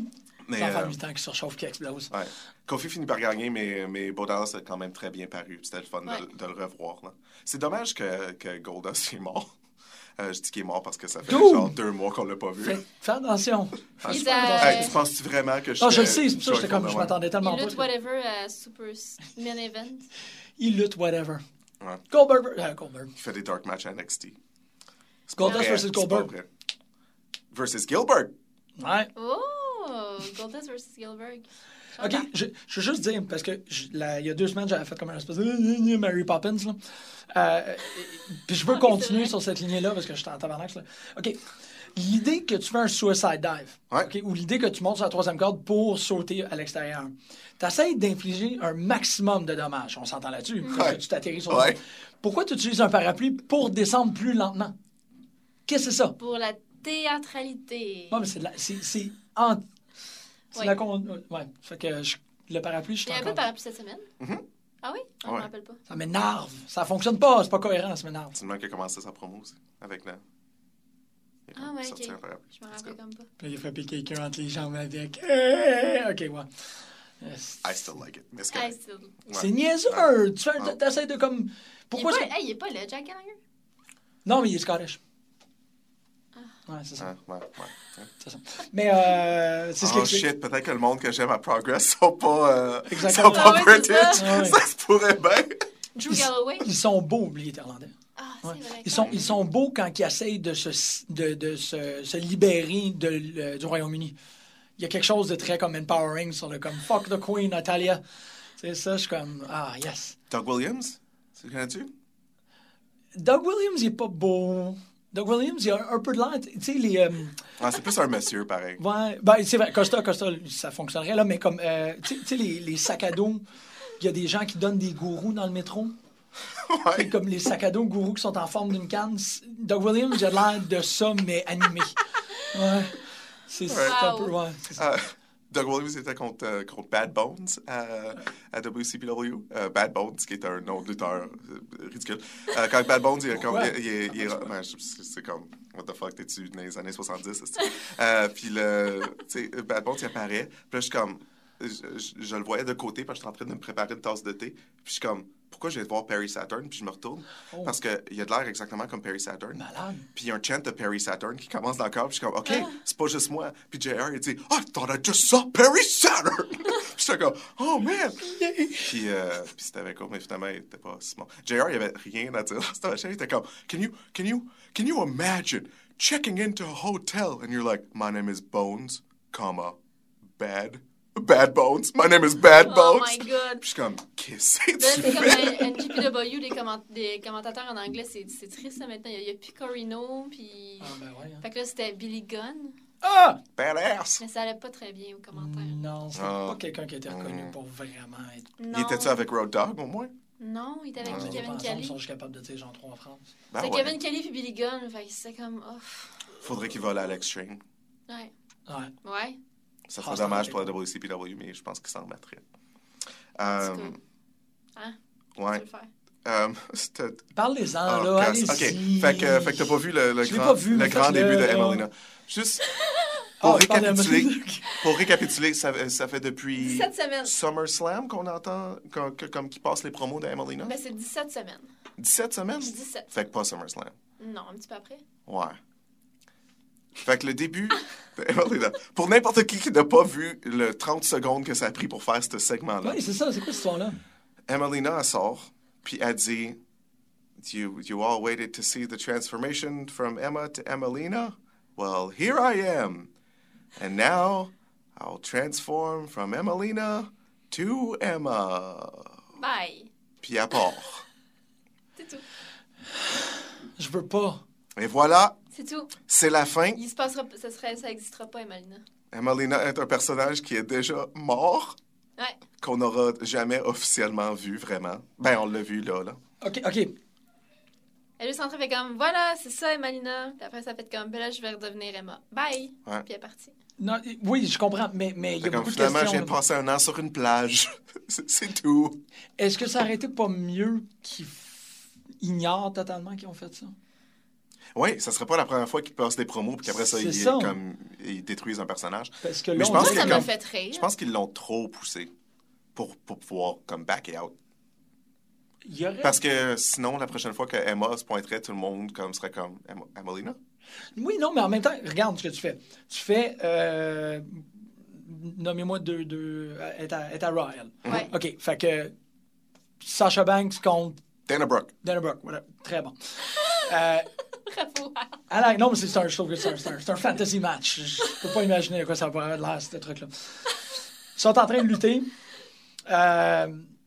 Mais, C'est l'enfant euh, de huit ans qui surchauffe, qui explose. Ouais. Kofi finit par gagner, mais, mais Goldust a quand même très bien paru. C'était le fun Ouais. de, de le revoir. Là. C'est dommage que, que Goldust est mort. Euh, je dis qu'il est mort parce que ça fait Dude! genre deux mois qu'on l'a pas vu. Fais, fais attention. Ah, Il je- a- Hey, tu penses-tu vraiment que je Non, je le serais- sais, c'est pour ça que je j'étais comme, je ouais. m'attendais tellement Il lutte pas. whatever à Super Main Event. Il lutte, whatever. Ouais. Goldberg, euh, Goldberg. Il fait des dark matchs à N X T. C'est Goldust pas vrai, versus c'est Goldberg. pas vrai. Versus Gilbert. Ouais. Oh! Goldust versus Gilbert. OK, je, je veux juste dire, parce que je- la- il y a deux semaines, j'avais fait comme un espèce de Mary Poppins. Là. Euh, puis je veux Ah oui, c'est continuer vrai. sur cette lignée-là parce que je suis en tabarnak. Là. OK. L'idée que tu fais un suicide dive, Ouais. OK, ou l'idée que tu montes sur la troisième corde pour sauter à l'extérieur, tu essaies d'infliger un maximum de dommages. On s'entend là-dessus. Parce Ouais. que tu t'atterris sur Ouais. le Pourquoi tu utilises un parapluie pour descendre plus lentement? Qu'est-ce que c'est ça? Pour la théâtralité. Ouais, mais c'est de la- c'est c'est en- c'est Ouais. la con- ouais. Fait que je- le parapluie, je Il suis y a un peu encore... de parapluie cette semaine. Mhm. Ah oui? Ah, Je Ouais. me rappelle pas. Ça m'énerve. Ça fonctionne pas. C'est pas cohérent, ça m'énerve. C'est le même qui a commencé sa promo aussi. Avec la. Il a Ah ouais, sorti ok. un parapluie. Je me rappelle comme pas. Puis là, il a frappé quelqu'un entre les jambes avec. Eh, OK, ouais. Euh, I still like it. Mais c'est Ah, correct. c'est Ouais. C'est niaiseux. Tu fais- Ouais. t'essaies de comme. Il Pourquoi est ça? pas, hey, il est pas là, Jack Gallagher? Non, mais il est Scottish. Ouais, c'est ça. Ouais, ouais, ouais. C'est ça. Mais euh, c'est ce Oh qui explique- shit, peut-être que le monde que j'aime à Progress sont pas, euh, Exactement. sont pas Ah ouais, c'est British. ça. Ah ouais. Ça se pourrait bien. Drew Galloway? Ils sont beaux, lui, il est irlandais. Ah, Ouais. c'est vrai. Ils sont, ils sont beaux quand ils essayent de se, de, de se, se libérer de, le- du Royaume-Uni. Il y a quelque chose de très comme empowering sur le comme fuck the Queen, Natalia. C'est ça, je suis comme ah yes. Doug Williams, tu le connais-tu? Doug Williams, il est pas beau. Doug Williams, il a un, un peu de l'air. Tu sais, les. euh, Ah, c'est plus un monsieur, pareil. ouais, ben, c'est vrai, Costa, Costa, ça fonctionnerait, là, mais comme. euh, tu sais- tu sais, les, les sacs à dos, il y a des gens qui donnent des gourous dans le métro. Ouais. C'est comme les sacs à dos gourous qui sont en forme d'une canne. C'est- Doug Williams, il a l'air de ça, mais animé. Ouais. C'est c'est un peu. Ouais, c'est ça. Ah, Doug Williams était contre, euh, contre Bad Bones à, à W C W. Euh, Bad Bones, qui est un nom de lutteur euh, ridicule. Euh, quand Bad Bones, il est comme. Pourquoi? Il, il est- il est- ben, je- c'est c'est comme. What the fuck, t'es-tu dans les années soixante-dix? est-ce que- euh, puis le. Tu sais, Bad Bones, il apparaît. Puis là, je suis comme. Je, je- je le voyais de côté, parce que j'étais en train de me préparer une tasse de thé. Puis je suis comme. Pourquoi je vais voir Perry Saturn? Puis je me retourne. Oh. Parce qu'il a de l'air exactement comme Perry Saturn. Malade. Puis il y a un chant de Perry Saturn qui commence dans le corps. Puis je suis comme, OK, c'est pas juste moi. Puis J R, il dit, I thought I just saw Perry Saturn. Puis j'étais comme, oh man. Puis, euh, puis c'était avec quoi, mais finalement, il était pas si bon. J R, il avait rien à dire. C'était machin, il était comme, can you, can you, can you imagine checking into a hotel and you're like, my name is Bones, comma, bad. Bad Bones. My name is Bad Oh Bones. my God. Puis je suis comme, qu'est-ce que Là, tu c'est comme fais? un N J P W, des, comment- des commentateurs en anglais, c'est c'est triste ça, maintenant. Il y a, il y a plus Corino, puis. Ah, ben ouais. hein. Fait que là, c'était Billy Gunn, Ah! Badass. mais ça allait pas très bien aux commentaires. Non, c'est Ah. pas quelqu'un qui a été reconnu Mm. pour vraiment être. Non. Il était-tu avec Road Dogg, au moins? Non, il était avec Ah. qui, Les Kevin ensemble, Kelly? Ils sont juste capables de dire genre trois phrases. Ben C'est ouais. Kevin Kelly puis Billy Gunn, fait que c'est comme. Oh. Faudrait qu'il vole à Alex String. Ouais. Ouais. Ouais. Ça Ah, serait c'est dommage un pour la peu W C W, mais je pense qu'il s'en remettrait. En Euh, tout cas. Hein? ouais. Tu veux le faire? Euh, c'était- Parlez-en, oh, là, gosse. allez-y. OK. Fait que, fait que t'as pas vu le, le Je l'ai grand, pas vu, le mais grand faites-le, début de là. Emelina. Juste Ah, pour je parle récapituler, d'Emelina. pour récapituler, ça, ça fait depuis dix-sept semaines. SummerSlam qu'on entend, qu'on- que- comme qui passe les promos d'Emelina. Ben, c'est dix-sept semaines. dix-sept semaines? dix-sept. Fait que pas SummerSlam. Non, un petit peu après. Ouais. Fait que le début d'Emelina. Pour n'importe qui qui n'a pas vu le trente secondes que ça a pris pour faire ce segment-là. Oui, c'est ça, c'est quoi cette histoire-là? Emelina, elle sort, puis elle dit you, you all waited to see the transformation from Emma to Emelina? Well, here I am. And now I'll transform from Emelina to Emma. Bye. Puis elle part. C'est tout. Je veux pas. Et voilà, C'est tout. c'est la fin. Il se passera, ça serait, ça existera pas, Emalina. Emelina est un personnage qui est déjà mort, Ouais. qu'on n'aura jamais officiellement vu, vraiment. Ben, on l'a vu là, là. OK, OK. Elle est juste entrée, fait comme, voilà, c'est ça, Emalina. Puis après, ça fait comme, ben là, je vais redevenir Emma. Bye. Ouais. Puis elle est partie. Non, oui, je comprends, mais mais il y Fait a comme beaucoup de finalement, je questions. viens de passer un an sur une plage. c'est c'est tout. Est-ce que ça aurait été pas mieux qu'ils f- ignorent totalement qu'ils ont fait ça? Oui, ça serait pas la première fois qu'ils passent des promos puis qu'après ça, C'est ils, ça. comme, ils détruisent un personnage. Parce que Mais là, je on pense Moi, que ça dirait m'a comme- fait rire. Je pense qu'ils l'ont trop poussé pour, pour pouvoir comme back out. il y aurait... Parce que sinon, la prochaine fois que Emma se pointerait, tout le monde comme serait comme Emma, Emelina. Oui, non, mais en même temps, regarde ce que tu fais. Tu fais... Euh... Nommez-moi deux... deux... Elle est à, elle est à Raw, elle. Ouais. OK, fait que Sasha Banks contre Dana Brooke. Dana Brooke. Voilà, très bon. Euh, Bravo. elle a- non, mais c'est un, je trouve que c'est un, c'est un- c'est un fantasy match. Je peux pas imaginer à quoi ça pourrait avoir l'air, ce truc-là. Ils sont en train de lutter. Euh,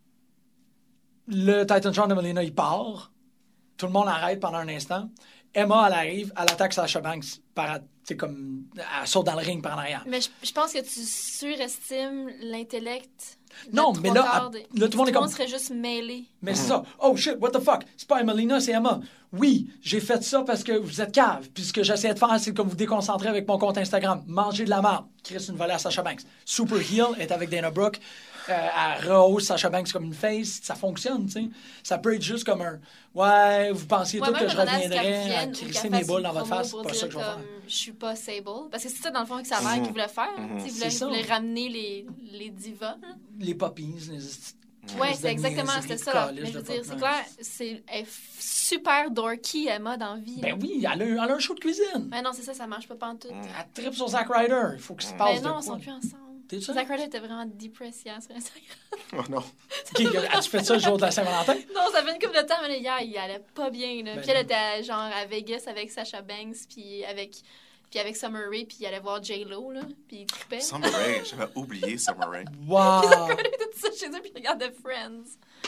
le Titan John de Melina, il part. Tout le monde arrête pendant un instant. Emma, elle arrive, elle attaque Sasha Banks par, c'est comme, elle saute dans le ring par en arrière. Mais je, je pense que tu surestimes l'intellect. de Non, trois mais là, quarts à- des- là, tout le monde est Tout comme- serait juste mêlé. Mais c'est ça. Oh shit, what the fuck? C'est pas Emelina, c'est Emma. Oui, j'ai fait ça parce que vous êtes cave. Puis ce que j'essayais de faire, c'est comme vous déconcentrer avec mon compte Instagram. Manger de la merde. Chris, une volée à Sasha Banks. Super Heel est avec Dana Brooke. Euh, elle rehausse Sasha Banks comme une face. Ça fonctionne, tu sais. Ça peut être juste comme un... Ouais, vous pensiez Ouais, tous que même je Ronald, reviendrais à qu'elle vienne ou crisser qu'elle mes fasse boules une dans votre promo face. C'est pour pas ça dire que je vais faire. comme, je suis pas Sable. Parce que c'est ça, dans le fond, que ça a l'air qu'il voulait faire. Tu sais, Il C'est voulait, ça. il voulait ramener les, les divas. hein. Les poppies, les... Ouais, de c'est exactement, niaiseries c'était de ça. là. calice Mais je de veux dire, c'est fuck, clair, c'est, elle est f- super dorky, Emma, dans la vie. Ben là. oui, elle a, elle a un show de cuisine. Mais non, c'est ça, ça marche pas pantoute. Elle tripe sur Zack Ryder. Il faut que se passe Mais de non, ils quoi. sont plus ensemble. T'es sûr? Zack Ryder était vraiment depressed hier sur Instagram. Oh non. Ok, as-tu fait ça le jour de la Saint-Valentin? Non, ça fait une couple de temps, mais là, hier, il allait pas bien. Là. Ben puis elle non. était genre à Vegas avec Sasha Banks, puis avec, puis avec Summer Rae, puis il allait voir J-Lo, là, puis il trippait. Summer Rae, j'avais oublié Summer Rae. Wow! Zack Ryder était tout ça chez eux, puis il regardait Friends.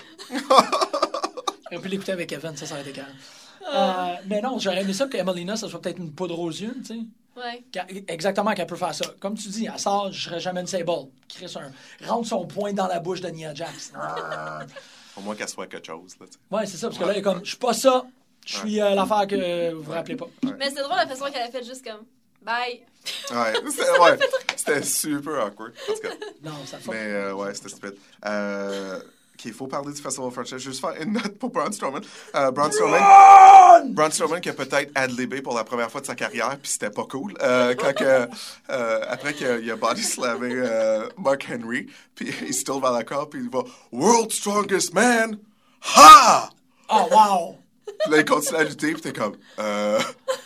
J'aurais pu l'écouter avec Evan, ça, ça aurait été calme. Euh, mais non, j'aurais aimé ça que Emelina, ça soit peut-être une poudre aux yeux, tu sais. Ouais. Qu'elle- Exactement, qu'elle peut faire ça. Comme tu dis, elle sort, je serais jamais une Sable. Chris, un... rentre son poing dans la bouche de Nia Jax. Au moins qu'elle soit quelque chose. Là, tu sais. Ouais, c'est ça, parce que là, elle est comme, je suis pas ça, je suis euh, l'affaire que vous vous rappelez pas. Mais c'était drôle la façon qu'elle a fait juste comme bye. Ouais, c'était, ouais, c'était super awkward. En tout cas. Non, ça fait. Mais euh, ouais, c'était stupide. Euh, qu'il faut parler du Festival of Friendship. Je vais juste faire une note pour Braun Strowman. Euh, Braun Strowman, Braun Strowman qui a peut-être ad-libé pour la première fois de sa carrière, puis c'était pas cool. Euh, quand que, euh, après qu'il a, il a body slamé euh, Mark Henry, puis il se tourne vers la corde, puis il va World's Strongest Man! Ha! Oh, wow! Puis là, il continue à lutter, puis t'es comme euh,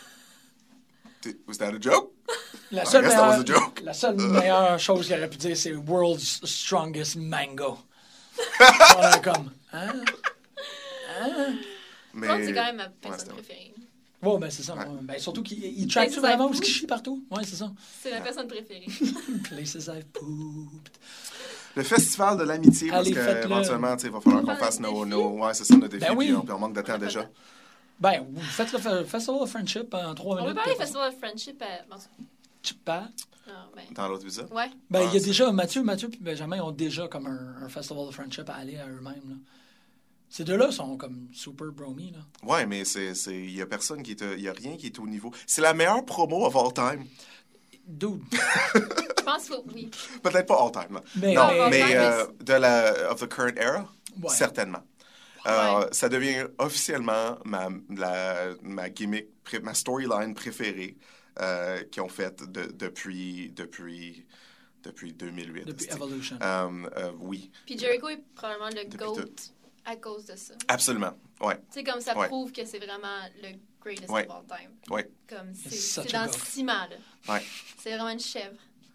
t'es- Was that a joke? La I seule, guess that was a meilleure, joke. la seule meilleure chose qu'il aurait pu dire, c'est World's Strongest Mango. On est comme, hein? Hein? Mais, Je pense que c'est quand même ma ouais, personne c'était- préférée. Ouais, ben c'est ça. Ouais. ouais. Ben, surtout qu'il il track Places vraiment I've où ce qu'il pooped. chie partout. Ouais, c'est ça. C'est ma personne préférée. Places I've pooped. Le festival de l'amitié, parce Allez, faites-le. qu'éventuellement, il va falloir qu'on On va fasse faire nos, des nos... Ouais, c'est ça, nos défis, Ben oui. puis on, puis on manque de temps déjà. Ben, vous faites le fe- Festival of Friendship en trois On minutes. peut parler puis Festival of Friendship à... bon, Chipa. ah, ben, Dans l'autre visa. ouais. Ben, il y Ah, a c'est- déjà, Mathieu, Mathieu et Benjamin ont déjà comme un, un Festival of Friendship à aller à eux-mêmes. Là. Ces deux-là sont comme super bromy. Là. Ouais, mais c'est, c'est, il y a personne qui est, il y a rien qui est au niveau. C'est la meilleure promo of all time. Dude. Je pense que oui. Peut-être pas all time, là. Mais- non, mais- mais, mais- euh, de la, of the current era, Ouais. certainement. Euh, Ouais. Ça devient officiellement ma, la, ma gimmick, pré- ma storyline préférée euh, qu'ils ont faite de, depuis, depuis, depuis deux mille huit. Depuis c'est-tu. Evolution. Euh, euh, oui, Puis Jericho est probablement le Depuis GOAT tout. à cause de ça. absolument. Ouais, Tu sais, comme ça Ouais. prouve que c'est vraiment le greatest Ouais. of all time. ouais, Comme c'est, It's such c'est a dans le goat. ciment, là. ouais. C'est vraiment une chèvre.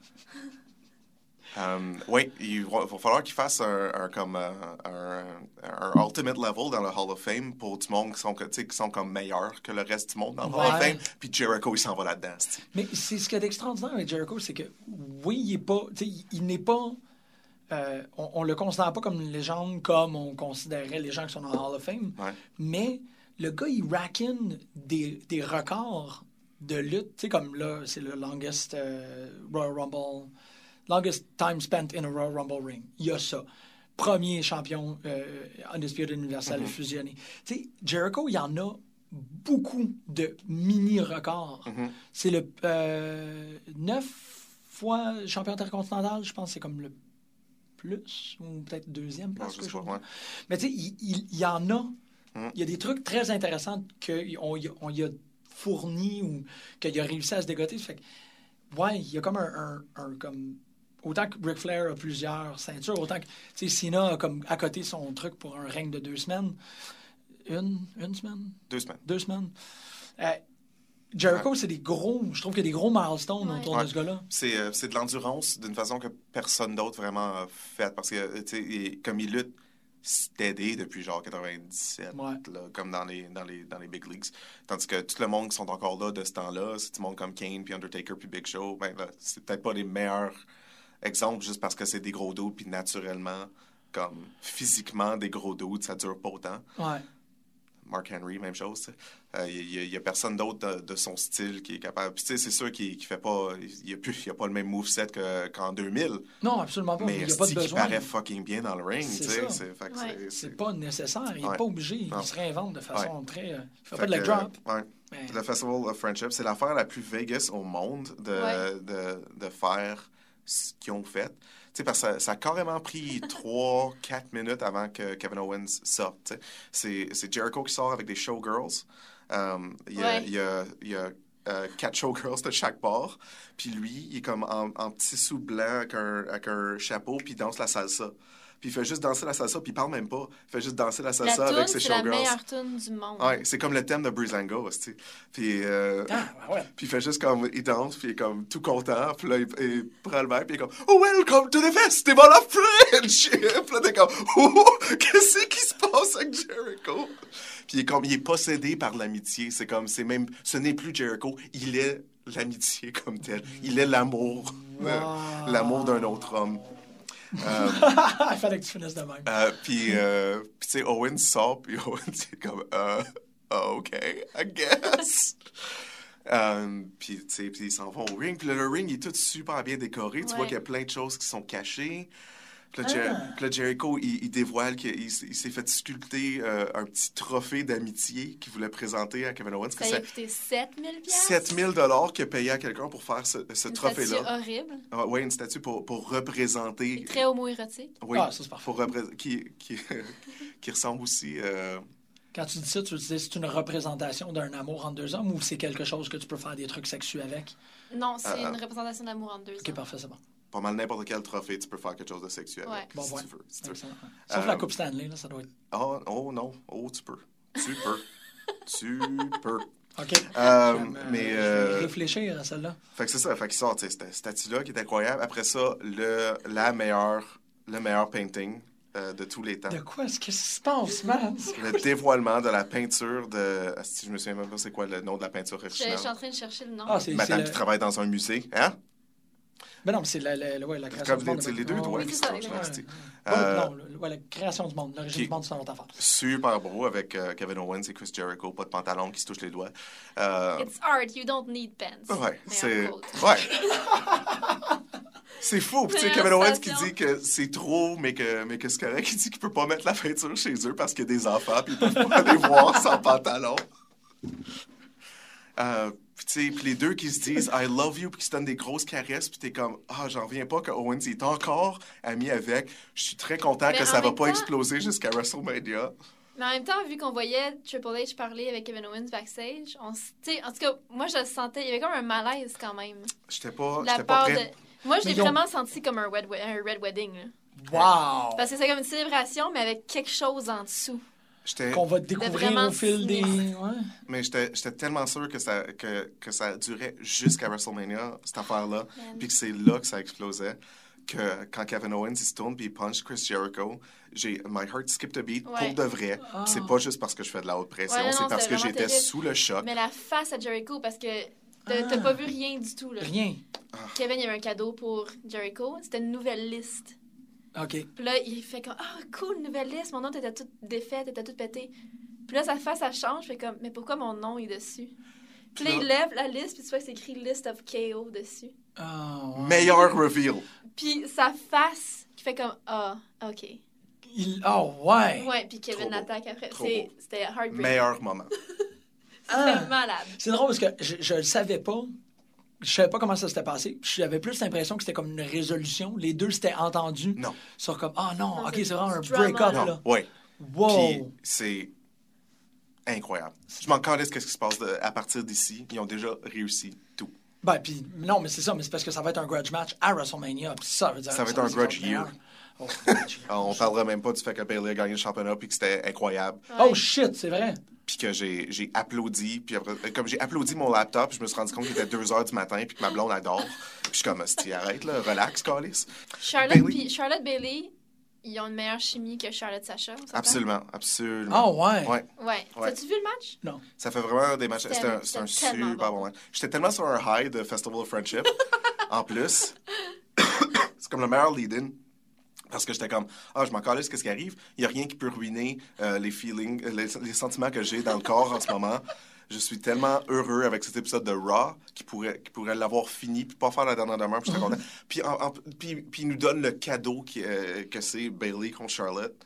Um, oui, il va, va falloir qu'il fasse un, un, comme, euh, un, un ultimate level dans le Hall of Fame pour du monde qui sont, tu sais, qui sont comme meilleurs que le reste du monde dans le Hall of Ouais. Fame. Puis Jericho, il s'en va là-dedans. c'ti. Mais c'est ce qui est extraordinaire avec Jericho, c'est que oui, il est pas. Tu sais, il, il n'est pas. Euh, on, on le considère pas comme une légende comme on considérait les gens qui sont dans le Hall of Fame. Ouais. Mais le gars, il rack in des, des records de lutte. Tu sais, comme là, c'est le longest euh, Royal Rumble. Longest time spent in a Royal Rumble ring. Il y a ça. Premier champion euh, Undisputed Universal Mm-hmm. fusionné. Tu sais, Jericho, il y en a beaucoup de mini-records. Mm-hmm. C'est le euh, neuf fois champion intercontinental, je pense que c'est comme le plus, ou peut-être deuxième Bon, place. je quelque sais pas, chose. ouais. Mais tu sais, il, il- il y en a. Mm. Il y a des trucs très intéressants qu'on y a, on y a fourni ou qu'il a réussi à se dégoter. Fait que, ouais, il y a comme un, un, un comme autant que Ric Flair a plusieurs ceintures, autant que tu sais, Cena a comme à côté son truc pour un règne de deux semaines. Une, une semaine? Deux semaines. Deux semaines. Euh, Jericho, ouais. c'est des gros, je trouve qu'il y a des gros milestones ouais. autour ouais. de ce gars-là. C'est, euh, c'est de l'endurance d'une façon que personne d'autre vraiment a fait. Parce que, tu sais, il, comme il lutte steady depuis genre quatre-vingt-dix-sept, ouais. là, comme dans les, dans, les, dans les big leagues. Tandis que tout le monde qui sont encore là de ce temps-là, c'est du monde comme Kane, puis Undertaker, puis Big Show, ben là, c'est peut-être pas les meilleurs exemples juste parce que c'est des gros dudes, puis naturellement, comme physiquement, des gros dudes, ça dure pas autant. Ouais. Mark Henry, même chose. Il euh, n'y a, a personne d'autre de, de son style qui est capable. Puis, tu sais, c'est sûr qu'il ne fait pas. Il n'y a, a pas le même moveset que, qu'en deux mille. Non, absolument pas. Mais il n'y a pas de besoin. Il paraît fucking bien dans le ring. C'est tu sais. ça. C'est, fait que ouais. c'est, c'est pas nécessaire. Il n'est ouais. pas obligé. Non. Il se réinvente de façon ouais. très. Euh, il ne fait, fait pas que, de leg drop. Euh, ouais. Mais... Le Festival of Friendship, c'est l'affaire la plus Vegas au monde de, ouais. de, de faire ce qu'ils ont fait. Tu sais, parce que ça, ça a carrément pris trois quatre minutes avant que Kevin Owens sorte. T'sais. C'est, c'est Jericho qui sort avec des showgirls. Um, il y a, ouais. il y a, il y a euh, quatre showgirls de chaque bord. Puis lui, il est comme en, en petit sou blanc avec un, avec un chapeau, puis il danse la salsa. Puis il fait juste danser la salsa, puis il parle même pas. Il fait juste danser la salsa la avec toune, ses c'est showgirls. La meilleure tune du monde. Ouais, c'est comme le thème de Breezango, tu sais. Puis, euh, ah, ben ouais. puis il fait juste comme, il danse, puis il est comme tout content. Puis là, il, il prend le verre, puis il est comme, oh, welcome to the festival of friendship. Puis là, t'es comme, oh, qu'est-ce qui se passe avec Jericho? Puis il est comme, il est possédé par l'amitié. C'est comme, c'est même, ce n'est plus Jericho, il est l'amitié comme tel. Il est l'amour, wow. euh, l'amour d'un autre homme. Euh, il fallait que tu finisses de même. Euh, puis, euh, tu sais, Owen sort, puis Owen, c'est comme, euh, OK, I guess. um, puis, tu sais, puis ils s'en vont au ring. Puis là, le ring, il est tout super bien décoré. Tu ouais. vois qu'il y a plein de choses qui sont cachées. Puis là, ah. Jer- puis là Jericho, il, il dévoile qu'il il s'est fait sculpter euh, un petit trophée d'amitié qu'il voulait présenter à Kevin Owens. Ça a coûté sept mille dollars. sept mille dollars qu'il a payé à quelqu'un pour faire ce, ce une trophée-là. Une statue horrible. Ah, oui, une statue pour, pour représenter... Et très homo-érotique. Oui, ah, ça, c'est parfait. Pour repré- qui, qui, qui ressemble aussi... Euh... Quand tu dis ça, tu dis c'est une représentation d'un amour entre deux hommes ou c'est quelque chose que tu peux faire des trucs sexuels avec? Non, c'est euh, une représentation d'amour entre deux OK, hommes. parfait, c'est bon. Pas mal n'importe quel trophée, tu peux faire quelque chose de sexuel ouais. avec, bon, si ouais. tu veux. Si tu veux. Sauf euh, la Coupe Stanley, là, ça doit être... Oh, oh non, oh, tu peux. Tu peux. tu peux. OK. Euh, me, mais... Je Euh, vais réfléchir à celle-là. Fait que c'est ça, fait qu'il sort, tu sais, cette statue-là qui est incroyable. Après ça, le, la meilleure, le meilleur painting euh, de tous les temps. De quoi? Qu'est-ce qui se passe, man? Le dévoilement de la peinture de... Si je me souviens même pas c'est quoi le nom de la peinture Je, originale. je suis en train de chercher le nom. Ah, c'est, Madame c'est qui le... travaille dans un musée, hein? Ben non, mais c'est la, la, la, ouais, la C'est création comme du monde. les, les deux oh, doigts oui, qui c'est se ça, changent. ouais. Euh, non, le, ouais, la création du monde. L'origine qui- du monde, c'est une autre affaire. Super beau avec euh, Kevin Owens et Chris Jericho, pas de pantalon qui se touche les doigts. Euh, It's art, you don't need pants. ouais, Mais c'est... en quote. Ouais. C'est fou. Puis, tu sais, Meilleure Kevin Owens qui station. dit que c'est trop, mais que, mais que c'est correct. Il dit qu'il peut pas mettre la peinture chez eux parce qu'il y a des enfants puis ils peuvent pas aller voir sans pantalon. Euh, puis, tu sais, puis les deux qui se disent « I love you » puis qui se donnent des grosses caresses puis t'es comme « Ah, j'en reviens pas que Owens est encore ami avec. Je suis très content Mais que en ça va même pas temps- exploser jusqu'à WrestleMania. » Mais en même temps, vu qu'on voyait Triple H parler avec Kevin Owens backstage, on, s- tu sais, en tout cas, moi, je le sentais. Il y avait comme un malaise quand même. J'étais pas, De la j'étais pas part prêt. de... Moi, je Mais l'ai ils ont- vraiment senti comme un red, we- un red wedding. Là. Wow! Parce que c'est comme une célébration, mais avec quelque chose en dessous. J'étais... Qu'on va découvrir vraiment au fil des... sinistre. Ouais. Mais j'étais, j'étais tellement sûr que ça, que, que ça durait jusqu'à WrestleMania, cette affaire-là, Man. puis que c'est là que ça explosait, que quand Kevin Owens il se tourne puis il punch Chris Jericho, j'ai my heart skipped a beat Ouais. pour de vrai. Ah. Puis c'est pas juste parce que je fais de la haute pression, Ouais, non, c'est non, parce c'était que vraiment j'étais terrible. sous le choc. Mais la face à Jericho, parce que t'as, Ah. t'as pas vu rien du tout. Là. Rien. Kevin, il y avait un cadeau pour Jericho. C'était une nouvelle liste. OK. Puis là, il fait comme « Ah, cool, nouvelle liste. Mon nom était tout défait, était tout pété. » Puis là, sa face, elle change. Fait comme « Mais pourquoi mon nom est dessus? » Puis là, Puis il là- lève la liste, puis tu vois que c'est écrit « List of K O » dessus. Oh, ouais. Meilleur reveal. Puis sa face qui fait comme « Ah, OK. Il... Oh, ouais! » Ouais, puis Kevin Trop beau. l'attaque après. Trop C'est, beau. c'était heartbreaking. Meilleur moment. Ah. C'était malade. C'est drôle parce que je, je le savais pas. Je savais pas comment ça s'était passé. J'avais plus l'impression que c'était comme une résolution. Les deux s'étaient entendus Non. sur comme « Ah non, Non, OK, c'est c'est vraiment un du drama, break-up, là. là. Non, ouais. Wow! Puis c'est... incroyable. Je m'en calisse qu'est-ce qui se passe de- à partir d'ici. Ils ont déjà réussi tout. Ben, puis, non, mais c'est ça, mais c'est parce que ça va être un grudge match à WrestleMania. Puis ça veut dire Ça va être un c'est grudge comme year. meilleur. Oh, grudge year. Euh, on parlera même pas du fait que Bailey a gagné le championnat puis que c'était incroyable. Oh shit, c'est vrai. Puis que j'ai, j'ai applaudi. Puis après, euh, comme j'ai applaudi mon laptop, je me suis rendu compte qu'il était deux heures du matin puis que ma blonde adore. Puis je suis comme, hostie, arrête, là, relax, Callis. Charlotte, Bailey. puis Charlotte Bailey, ils ont une meilleure chimie que Charlotte Sacha. on s'entend? Absolument, absolument. Oh, ouais. Ouais. Ouais. Ouais. T'as-tu vu le match? Non. Ça fait vraiment des matchs. C'était- C'était un, c'est un c'était tellement super bon. bon match. J'étais tellement sur un high de Festival of Friendship. En plus, c'est comme le meilleur lead-in. Parce que j'étais comme, ah, je m'en calisse, qu'est-ce qui arrive? Il n'y a rien qui peut ruiner euh, les feelings, euh, les, les sentiments que j'ai dans le corps en ce moment. Je suis tellement heureux avec cet épisode de Raw qui pourrait, qui pourrait l'avoir fini puis pas faire la dernière demeure. Puis j'étais content. Puis, en- en- puis, puis il nous donne le cadeau qui, euh, que c'est Bailey contre Charlotte.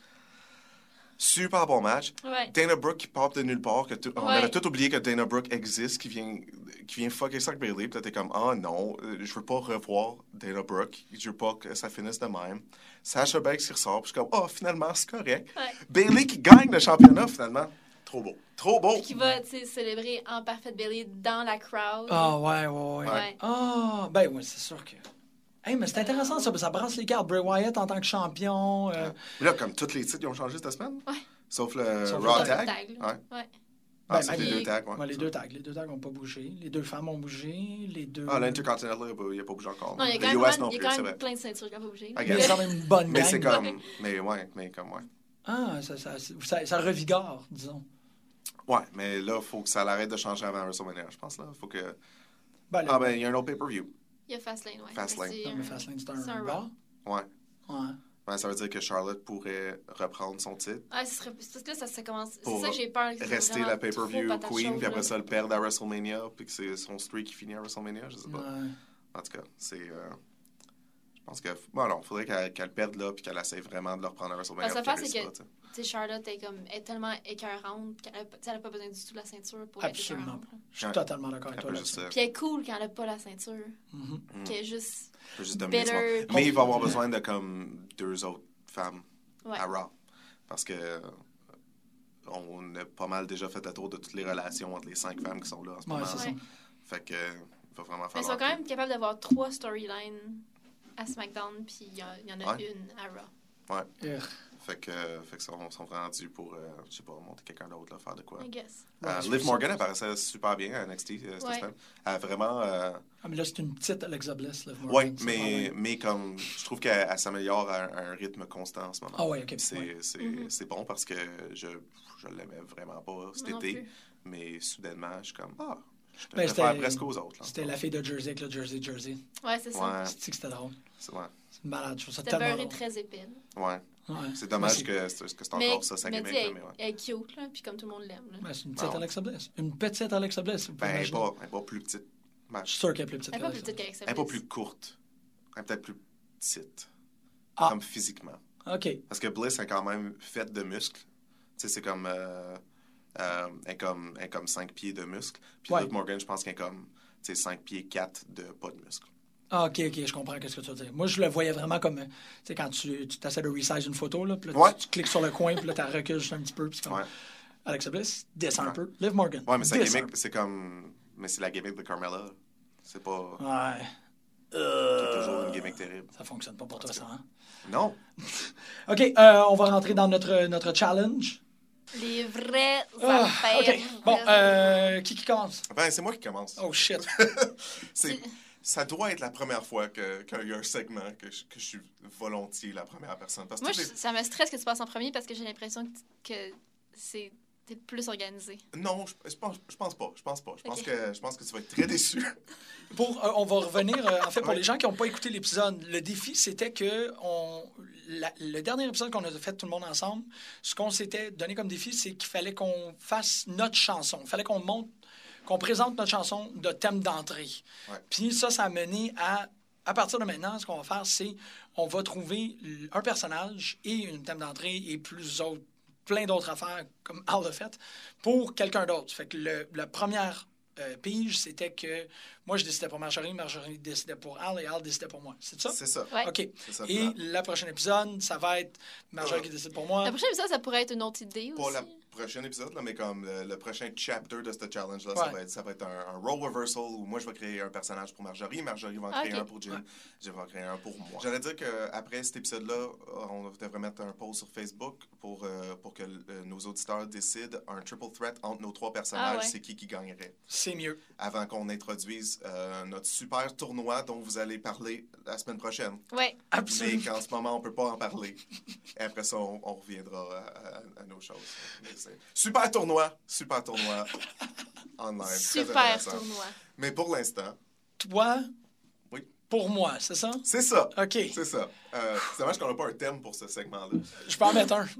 Super bon match. Ouais. Dana Brooke qui pop de nulle part. Que tout- On Ouais. avait tout oublié que Dana Brooke existe, qui vient, qui vient fucker ça avec Bailey. Puis là, t'es comme, ah non, euh, je veux pas revoir Dana Brooke. Je veux pas que ça finisse de même. Sasha Banks qui ressort. Puis je suis comme, oh, finalement, c'est correct. Ouais. Bailey qui gagne le championnat, finalement. Trop beau. Trop beau. Qui va, tu sais, célébrer en parfaite Bailey dans la crowd. Ah, ouais, ouais, ouais. Ouais. Ah, ben oui, c'est sûr que. Hey, mais c'est intéressant ça, ça brasse les cartes. Bray Wyatt en tant que champion. euh, Mais là, comme tous les titres, ils ont changé cette semaine. Ouais. Sauf le Sauf le Raw tag. Tag. Tag, là. Ouais. Ouais. Ah, Ben, c'est ben, les les- deux tags, ouais. ouais, les deux tags. Les deux tags n'ont pas bougé. Les deux femmes ont bougé. Les deux. Ah, l'Intercontinental, il n'a pas bougé encore. Non, il y a Le quand même, U S plein- non il y a plus, quand c'est même vrai. plein de ceintures qui n'ont pas bougé. I Mais guess. c'est quand même une bonne Mais gang. c'est comme... Mais ouais, mais comme, ouais. Ah, ça, ça, ça, ça revigore, disons. Ouais, mais là, il faut que ça l'arrête de changer avant WrestleMania, je pense. Là, faut que... Ben, là, Ah, ben, il y a un autre pay-per-view. Il y a Fastlane, ouais. Fastlane. C'est non, mais un- Fastlane, c'est c'est un un Raw. Ouais. Ouais. Ouais, ça veut dire que Charlotte pourrait reprendre son titre, Ah, ce serait... Parce que là, ça, ça commence... C'est Pour ça que j'ai peur. que ce soit rester vraiment la trop pay-per-view patate queen, chaude, puis après là. ça, le perdre à WrestleMania, puis que c'est son streak qui finit à WrestleMania, je sais pas. Ouais. En tout cas, c'est... euh, Je pense que... Bon, non, il faudrait qu'elle qu'elle perde là, puis qu'elle essaie vraiment de le reprendre à WrestleMania. Ben, ça puis qu'elle fait, c'est réussisse que- pas, tu sais. Tu sais, Charlotte est, comme, est tellement écœurante qu'elle n'a pas besoin du tout de la ceinture pour Absolument être écœurante. pas. Je suis Ouais. totalement d'accord avec Elle toi peut là-dessus. juste, euh, Puis elle est cool quand elle n'a pas la ceinture. Mhm. Qui est juste... elle peut juste dominer ce bitter, monde. puis- Mais il va avoir besoin de comme deux autres femmes Ouais. à Raw. Parce que euh, on a pas mal déjà fait le tour de toutes les relations entre les cinq femmes qui sont là en ce Ouais, moment. c'est ça. Ouais. Fait que euh, il va vraiment Mais ils falloir... sont quand même capables d'avoir trois storylines à SmackDown, puis il y, a- il y en a Ouais. une à Raw. Ugh. Fait que, euh, fait que ça, on sont vraiment dû pour, euh, je sais pas, monter quelqu'un d'autre, là, faire de quoi. I guess. Euh, Ouais, Liv c'est- Morgan apparaissait super bien à N X T euh, cette Ouais. semaine. Elle a vraiment... euh, Ah, mais là, c'est une petite Alexa Bliss. Là, Morgan, ouais, c'est mais, pas mais comme... Je trouve qu'elle elle s'améliore à, un- à un rythme constant en ce moment. Ah ouais, ok. Puis C'est Ouais. c'est- Mhm. c'est bon parce que je je l'aimais vraiment pas cet Moi non été. plus. Mais soudainement, je suis comme, ah, je te Ben, préfère c'était- presque aux autres. là. C'était la fille de Jersey avec le Jersey Jersey. Ouais, c'est ça. Ouais, C'est que c'était drôle. c'est ouais, C'est malade. Je trouve ça C'était tellement beurré drôle. très épais. ouais. Ouais. C'est dommage Mais que c'est que c'est Mais, encore ça, sa mais gimmick. tu sais, là, elle, mais ouais. elle est cute, là, puis comme tout le monde l'aime. là. Ben, c'est une petite Ah ouais. Alexa Bliss. Une petite Alexa Bliss. vous pouvez Ben, elle n'est imaginer. pas, elle est pas plus petite. Ben, Je suis sûr qu'elle est plus petite Elle est pas plus qu'Alexa petite Bliss. qu'Alexa elle n'est pas Bliss. plus courte. Elle est peut-être plus petite. Ah. Comme physiquement. OK. Parce que Bliss est quand même faite de muscles. Tu sais, c'est comme... Euh, euh, elle, est comme elle est comme cinq pieds de muscles. Puis Ouais. Liv Morgan, je pense qu'elle est comme tu sais, cinq pieds quatre de pas de muscles. Ah, OK, OK, je comprends ce que tu veux dire. Moi, je le voyais vraiment comme, euh, tu sais, quand tu tu essaies de resize une photo, là, puis là, Ouais. tu, tu cliques sur le coin, puis là, tu recules juste un petit peu, puis c'est comme, Ouais. Alexa Bliss, descends un Ouais. peu. Liv Morgan, Ouais, mais sa descends. gimmick, c'est comme... Mais c'est la gimmick de Carmella. C'est pas... Ouais. C'est Euh, toujours une gimmick terrible. Ça fonctionne pas pour toi, ça, hein? Non. OK, euh, on va rentrer dans notre, notre challenge. Les vrais Ah, affaires. OK, bon, euh, qui qui commence? Ben, c'est moi qui commence. Oh, shit. C'est... Ça doit être la première fois que, qu'il y a un segment que je, que je suis volontiers la première personne. Parce que Moi, toutes je- ça me stresse que tu passes en premier parce que j'ai l'impression que, que c'est t'es plus organisé. les- Non, je, je, pense, je pense pas. Je pense pas. Je pense, Ok. que, je pense que tu vas être très déçu. Pour, euh, on va revenir, euh, en fait, pour Ouais. les gens qui n'ont pas écouté l'épisode, le défi, c'était que on, la- le dernier épisode qu'on a fait tout le monde ensemble, ce qu'on s'était donné comme défi, c'est qu'il fallait qu'on fasse notre chanson. Il fallait qu'on monte, qu'on présente notre chanson de thème d'entrée. Ouais. Puis ça, ça a mené à, à partir de maintenant, ce qu'on va faire, c'est on va trouver l- un personnage et une thème d'entrée et plus autres, plein d'autres affaires, comme Al l'a fait, pour quelqu'un d'autre. Fait que le, la première euh, pige, c'était que moi, je décidais pour Marjorie, Marjorie décidait pour Al et Al décidait pour moi. C'est ça? C'est ça. Ouais. OK. C'est ça. Et le prochain épisode, ça va être Marjorie Ouais. qui décide pour moi. La prochaine épisode, ça pourrait être une autre idée Pour aussi. la prochain épisode, là, mais comme le, le prochain chapter de ce challenge-là, Ouais. ça va être, ça va être un, un role reversal où moi, je vais créer un personnage pour Marjorie, Marjorie va en créer Ok. un pour Jim, Jim va en créer un pour moi. J'allais dire qu'après cet épisode-là, on devrait mettre un post sur Facebook pour, euh, pour que euh, nos auditeurs décident un triple threat entre nos trois personnages, Ah ouais. c'est qui qui gagnerait. C'est mieux. Avant qu'on introduise euh, notre super tournoi dont vous allez parler la semaine prochaine. Ouais. Mais Absolument. qu'en ce moment, on peut pas en parler. Et après ça, on, on reviendra à, à- à nos choses. Mais c'est- Super tournoi, super tournoi online. Très Super intéressant. tournoi. Mais pour l'instant, Toi, Oui. pour moi, c'est ça? c'est ça. OK. C'est ça. Euh, c'est dommage qu'on n'a pas un thème pour ce segment-là. Je peux en mettre un.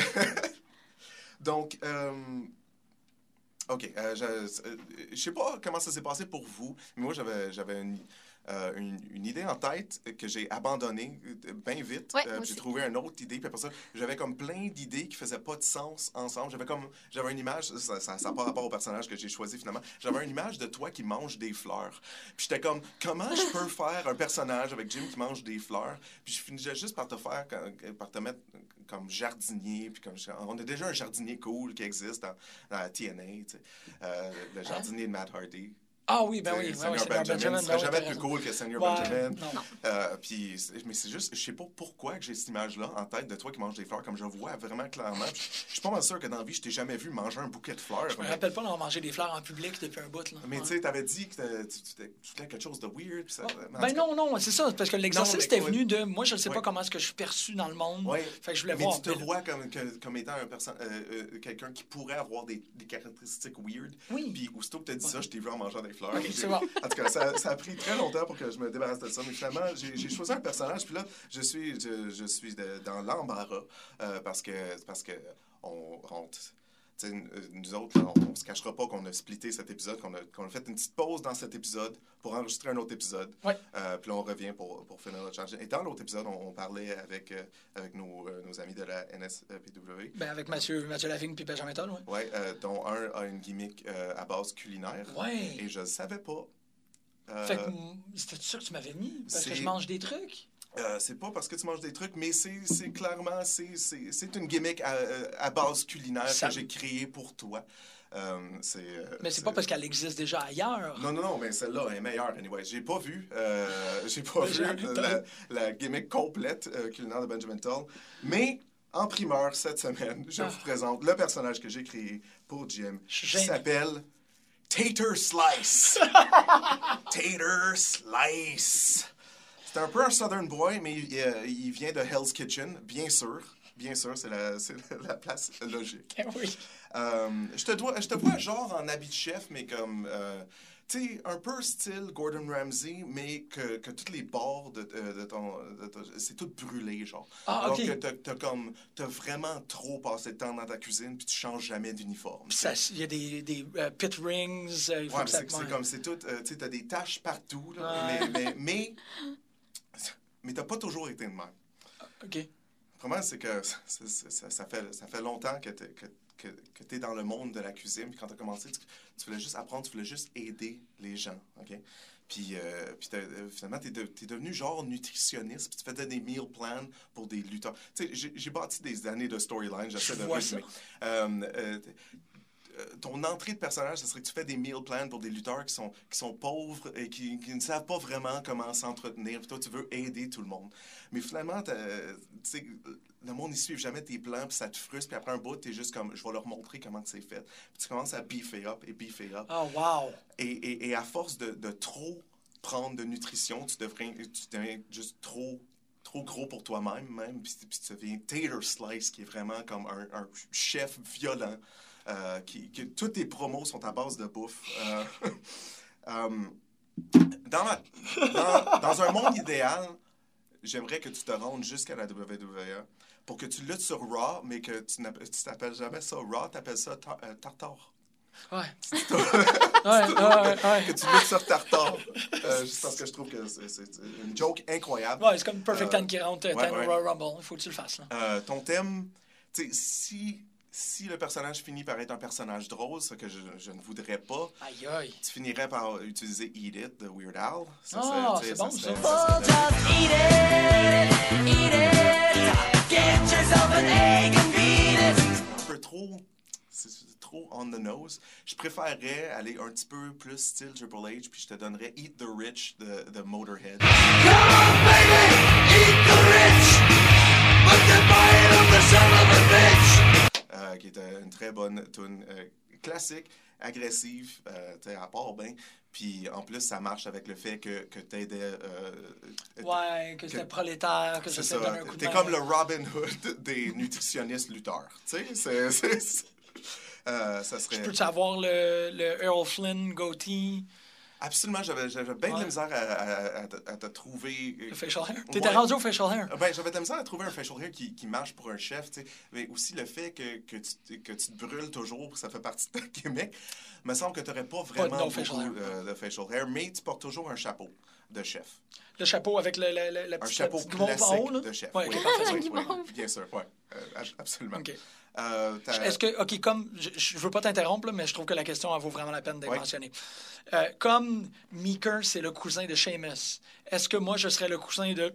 Donc, euh, OK. Euh, je euh, je sais pas comment ça s'est passé pour vous, mais moi, j'avais j'avais une, euh, une, une idée en tête que j'ai abandonnée bien vite. Ouais, Euh, moi j'ai aussi. trouvé une autre idée, puis après ça, j'avais comme plein d'idées qui faisaient pas de sens ensemble. J'avais comme, j'avais une image, ça ça n'a pas rapport au personnage que j'ai choisi finalement, j'avais une image de toi qui mange des fleurs. Puis j'étais comme, comment je peux faire un personnage avec Jim qui mange des fleurs? Puis je finissais juste par te faire, par te mettre comme jardinier, puis comme, on a déjà un jardinier cool qui existe dans, dans la T N A, tu sais, euh, le jardinier de Matt Hardy. Ah oui, ben T'sais, oui, ben oui, Senior Senior Benjamin, Benjamin. ce serait ben oui, jamais t'as plus raison. cool que Senior Ouais, Benjamin. non. Euh, puis, c'est- mais c'est juste, je sais pas pourquoi que j'ai cette image-là en tête de toi qui mange des fleurs, comme je vois vraiment clairement. Puis Je suis pas mal sûr que dans la vie, je t'ai jamais vu manger un bouquet de fleurs. Je me mais- rappelle pas d'avoir mangé des fleurs en public depuis un bout. Là. Mais Ouais. tu sais, t'avais dit que t'as- tu tu- tu voulais quelque chose de weird. Puis ça, mais en Ben tout cas- non, non, c'est ça. Parce que l'exercice Non, mais- était ouais. venu de. Moi, je ne sais Ouais. pas comment est-ce que je suis perçu dans le monde. Ouais. Fait que je voulais Mais voir. tu te Mais- vois comme, que- comme étant un perso- euh, euh, quelqu'un qui pourrait avoir des, des caractéristiques weird. Oui. Puis aussitôt que tu as dit ça, je t'ai vu en mangeant des fleurs. Ok, J'ai- c'est bon. En tout cas, ça, ça a pris très longtemps pour que je me débarrasse de ça. Mais finalement, j'ai j'ai choisi un personnage. Puis là, je suis, je, je suis de- dans l'embarras euh, parce que, parce que on, on- tu sais, nous autres, là, on ne se cachera pas qu'on a splitté cet épisode, qu'on a, qu'on a fait une petite pause dans cet épisode pour enregistrer un autre épisode. Ouais. Euh, puis là, on revient pour, pour finir notre charge. Et dans l'autre épisode, on, on parlait avec, euh, avec nos, euh, nos amis de la N S P W. Ben avec Mathieu, Mathieu Lavigne puis Benjamin Toll, oui. Ouais, euh, dont un a une gimmick euh, à base culinaire. Ouais. Et je ne savais pas. Euh, Fait que mm, c'était ça que tu m'avais mis? Parce que c'est- je mange des trucs? euh, c'est pas parce que tu manges des trucs, mais c'est c'est clairement, c'est c'est- c'est une gimmick à, euh, à base culinaire Ça- que j'ai créée pour toi. Euh, c'est, euh, Mais c'est pas parce qu'elle existe déjà ailleurs. Non, non, non, mais celle-là est meilleure, anyway. J'ai pas vu, euh, j'ai pas vu Benjamin Toll. la, la gimmick complète euh, culinaire de Benjamin Toll. Mais en primeur, cette semaine, je Ah. vous présente le personnage que j'ai créé pour Jim, Je suis qui gêné. s'appelle Tater Slice. Tater Slice. C'est un peu un Southern Boy, mais il, euh, il vient de Hell's Kitchen, bien sûr. Bien sûr, c'est la, c'est la place logique. Oui. Euh, je, te dois, je te vois genre en habit de chef, mais comme, euh, tu sais, un peu style Gordon Ramsay, mais que, que toutes les bords de, de, de ton... de ton- c'est tout brûlé, genre. Ah, Alors ok. que t'as, t'as comme, t'as vraiment trop passé de temps dans ta cuisine, puis tu changes jamais d'uniforme. Puis ça, il y a des, des euh, pit rings. euh, il faut Ouais, que mais ça... c'est, c'est ouais. comme, c'est tout, euh, tu sais, t'as des taches partout, là, Ouais. mais, mais, mais, mais t'as pas toujours été de même. OK. Le problème, c'est que ça, ça- ça- ça fait, ça fait longtemps que tu que, que, que tu es dans le monde de la cuisine. Puis quand tu as commencé, tu, tu voulais juste apprendre, tu voulais juste aider les gens. OK? Puis, euh, puis t'as- euh, finalement, tu es, de, t'es devenu genre nutritionniste. Puis tu faisais des meal plans pour des lutteurs. Tu sais, j'ai, j'ai bâti des années de storyline. J'essaie Je de vois résumer. Euh, euh, euh, ton entrée de personnage, ce serait que tu fais des meal plans pour des lutteurs qui sont, qui sont pauvres et qui, qui ne savent pas vraiment comment s'entretenir. Puis toi, tu veux aider tout le monde. Mais finalement, t'as- tu sais, le monde ne suit jamais tes plans, puis ça te frustre. Puis après un bout, tu es juste comme, je vais leur montrer comment c'est fait. Puis tu commences à beefer up et beefer up. Oh, wow. Et, et, et à force de, de trop prendre de nutrition, tu deviens, tu deviens juste trop trop gros pour toi-même, même. Puis, puis tu deviens Tater Slice, qui est vraiment comme un, un chef violent. Euh, qui, que toutes tes promos sont à base de bouffe. Euh, euh, dans, ma- dans, dans un monde idéal, j'aimerais que tu te rendes jusqu'à la W W E pour que tu luttes sur Raw, mais que tu n'appelles- tu t'appelles jamais ça Raw, tu appelles ça tar- euh, Tartare. Ouais. ouais, ouais, ouais. Que tu luttes sur Tartare. Euh, juste parce que je trouve que c'est, c'est une joke incroyable. Ouais, c'est comme Perfect Euh, Ten qui rentre, ouais, Ten ouais. Royal Rumble. Il faut que tu le fasses. Là. Euh, ton thème, tu sais, si, si le personnage finit par être un personnage drôle, ce que je, je ne voudrais pas, Aïe, aïe. tu finirais par utiliser Eat It de Weird Al. Ça, Ah, tu sais, c'est bon, serait- ça. serait- un peu trop. C'est trop on the nose. Je préférerais aller un petit peu plus style Triple H, puis je te donnerais Eat the Rich de, de Motorhead. Come on, baby, eat the rich, but the bite of the son of a bitch. Euh, qui est une très bonne tune euh, classique, agressive, euh, à part bien. Puis en plus, ça marche avec le fait que, que t'aidais. Euh, ouais, que c'était prolétaire, que c'est ça ça. donne un coup de T'es main. comme le Robin Hood des nutritionnistes lutteurs. Tu sais, c'est. c'est, c'est euh, ça serait. Je peux savoir le, le Earl Flynn goatee. Absolument, j'avais, j'avais bien Ouais. de la misère à, à, à, te, à te trouver. Le facial hair. T'étais Ouais. rendu au facial hair. Ben, j'avais de la misère à trouver un facial hair qui, qui marche pour un chef, tu sais. Mais aussi le fait que, que, tu, que tu te brûles toujours, ça fait partie de ta gimmick. Il me semble que tu n'aurais pas vraiment Pas de no beaucoup facial hair. euh, de facial hair, mais tu portes toujours un chapeau de chef. Le chapeau avec le, le, le, la Un petite, chapeau la petite guimauve en haut, là. classique de chef. Ouais, oui. ok, parfait. Oui, La oui, guimauve. bien sûr, oui. Euh, absolument. OK. Euh, t'as- Est-ce que, OK, comme, je, je veux pas t'interrompre, là, mais je trouve que la question, elle vaut vraiment la peine d'être Ouais. mentionnée. Euh, comme Meeker, c'est le cousin de Sheamus, est-ce que moi, je serais le cousin de...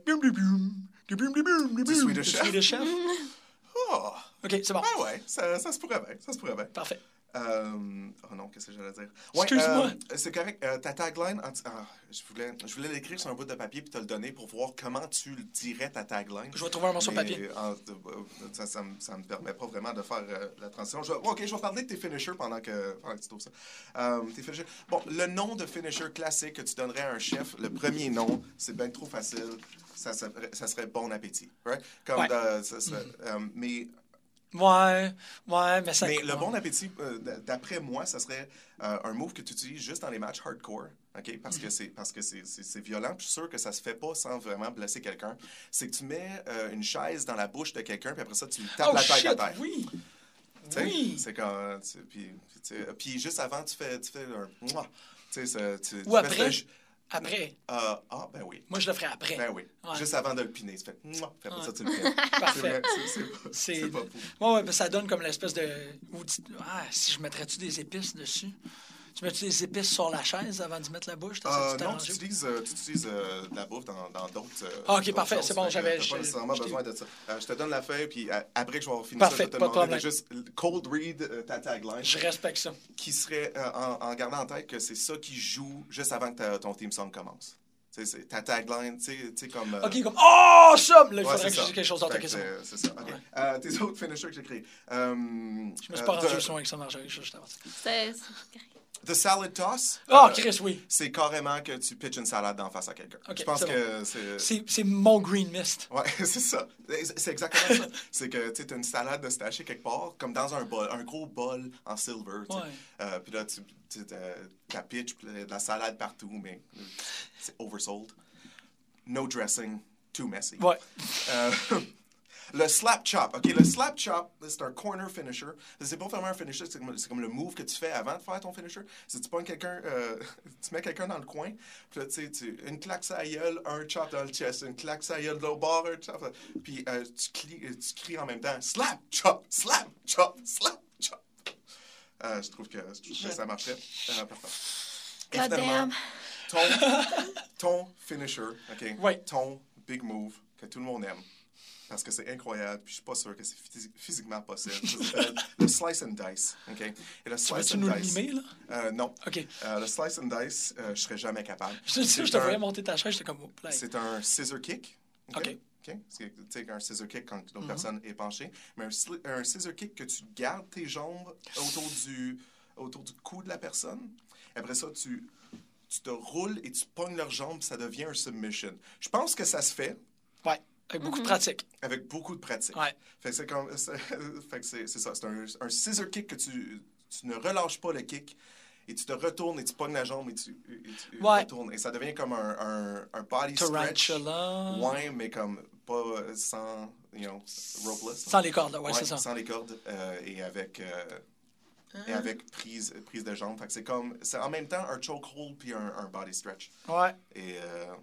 Du Swedish Chef? Swedish Chef? Oh, OK, c'est bon. ah ouais, ça, ça se pourrait bien, ça se pourrait bien. Parfait. Euh, oh non, qu'est-ce que j'allais dire? Excuse-moi. euh, c'est correct. Euh, ta tagline, en- ah, je voulais, je voulais l'écrire sur un bout de papier puis te le donner pour voir comment tu le dirais ta tagline. Je vais trouver un morceau de Mais, papier. euh, euh, ça, ça, me, ça me permet pas vraiment de faire euh, la transition. Je vais- ok, je vais parler de tes finishers pendant que, pendant que tu trouves ça. Euh, tes finishers. Bon, le nom de finisher classique que tu donnerais à un chef, le premier nom, c'est bien trop facile. Ça, ça, ça serait bon appétit, right? Comme Ouais. de- ça serait, euh, mais Ouais, ouais, mais ça... mais le ouais. bon appétit, euh, d- d'après moi, ça serait euh, un move que tu utilises juste dans les matchs hardcore, ok? Parce que c'est parce que c'est c'est- c'est violent. Puis je suis sûr que ça se fait pas sans vraiment blesser quelqu'un. C'est que tu mets euh, une chaise dans la bouche de quelqu'un, puis après ça, tu lui tapes Oh, la tête shit, à terre. oui! Tu sais, Oui! c'est quand tu- puis, puis, tu sais, puis juste avant, tu fais tu fais un mouah. Tu sais, ça- tu, tu Ou fais après? ce- Après. Euh, ah ben oui. Moi, je le ferais après. Ben oui. Ouais. Juste avant de le piner, tu fais mouah, puis après Ouais. ça, tu le pines. Parfait. C'est vrai, c'est- c'est pas- C'est c'est pas ouais, fou. ouais, ben, ça donne comme l'espèce de... ou tu- Ah, si je mettrais-tu des épices dessus? Tu mets-tu des épices sur la chaise avant d'y mettre la bouche? T'essaies-tu Euh, de non, t'arranger? tu utilises, euh, tu utilises euh, de la bouffe dans dans d'autres. euh, Ah, ok, d'autres parfait, choses. c'est bon, Fait que j'avais- t'as je- pas nécessairement je t'ai- besoin de ça. Euh, je te donne la feuille, puis euh, après que je vais avoir fini Parfait, ça, je vais te pas de demander de problème. juste cold read euh, ta tagline, Je respecte ça. qui serait euh, en, en gardant en tête que c'est ça qui joue juste avant que ta- ton theme song commence. Tu sais, c'est ta tagline, tu sais, tu sais, comme. euh, OK, comme... Oh, ça! Là, il ouais, faudrait c'est que je ça. dise quelque chose d'autre. Fait OK, que c'est bon. c'est c'est ça. OK. Ouais. Euh, tes autres finishers que j'ai créés. Euh, Je me suis euh, pas rendu the- au soin avec ça, Marjorie. Je, je t'avance. C'est... The salad toss. Ah, euh, Chris, oui. C'est carrément que tu pitches une salade d'en face à quelqu'un. Ok, je pense c'est que c'est. C'est c'est mon green mist. Ouais, c'est ça. C'est c'est exactement ça. C'est que tu as une salade de stachée quelque part, comme dans un bol, un gros bol en silver. tu sais. Ouais. Euh, puis là, tu tu la pitch, puis de la salade partout, mais euh, c'est oversold. No dressing, too messy. Ouais. Euh, le slap chop. OK, le slap chop, c'est un corner finisher. C'est pas vraiment un finisher, c'est comme, c'est comme le move que tu fais avant de faire ton finisher. C'est tu pognes quelqu'un, euh, tu mets quelqu'un dans le coin, puis là, tu sais, tu- une claque sur la gueule, un chop dans le chest, une claque sur la gueule de l'autre bord, un chop. Puis euh, tu, cries, euh, tu cries en même temps, slap chop, slap chop, slap chop. Euh, je trouve que, je trouve que ça marcherait. Euh, parfait. Et God finalement, damn. ton, ton finisher, OK? Ouais. Ton big move que tout le monde aime. Parce que c'est incroyable, puis je suis pas sûr que c'est phys- physiquement possible. Ça s'appelle le slice and dice, OK? Et le Tu slice veux-tu and nous le dice... mimer, là? Euh, non. OK. Euh, le slice and dice, euh, je serais jamais capable. Je te dis, C'est je te un- voyais monter ta chaise, j'étais comme... oh, play. C'est un scissor kick. OK? OK. OK? C'est tu sais, un scissor kick quand l'autre Mhm. personne est penchée. Mais un, sli- un scissor kick que tu gardes tes jambes autour du, autour du cou de la personne. Après ça, tu, tu te roules et tu pognes leurs jambes, puis ça devient un submission. Je pense que ça se fait Ouais, avec beaucoup de pratique. avec beaucoup de pratique. Ouais. Fait que c'est comme c'est, fait que c'est, c'est ça, c'est un, un scissor kick que tu, tu ne relâches pas le kick et tu te retournes et tu pognes la jambe et tu, et tu Ouais. retournes et ça devient comme un, un, un body stretch. Tarantula. Ouais, mais comme pas euh, sans, you know, ropeless. Sans les cordes, là, ouais, Ouais, c'est ça. sans les cordes euh, et avec euh, et avec prise prise de jambe. Fait que c'est comme c'est en même temps un chokehold puis un, un body stretch. Ouais. Et euh,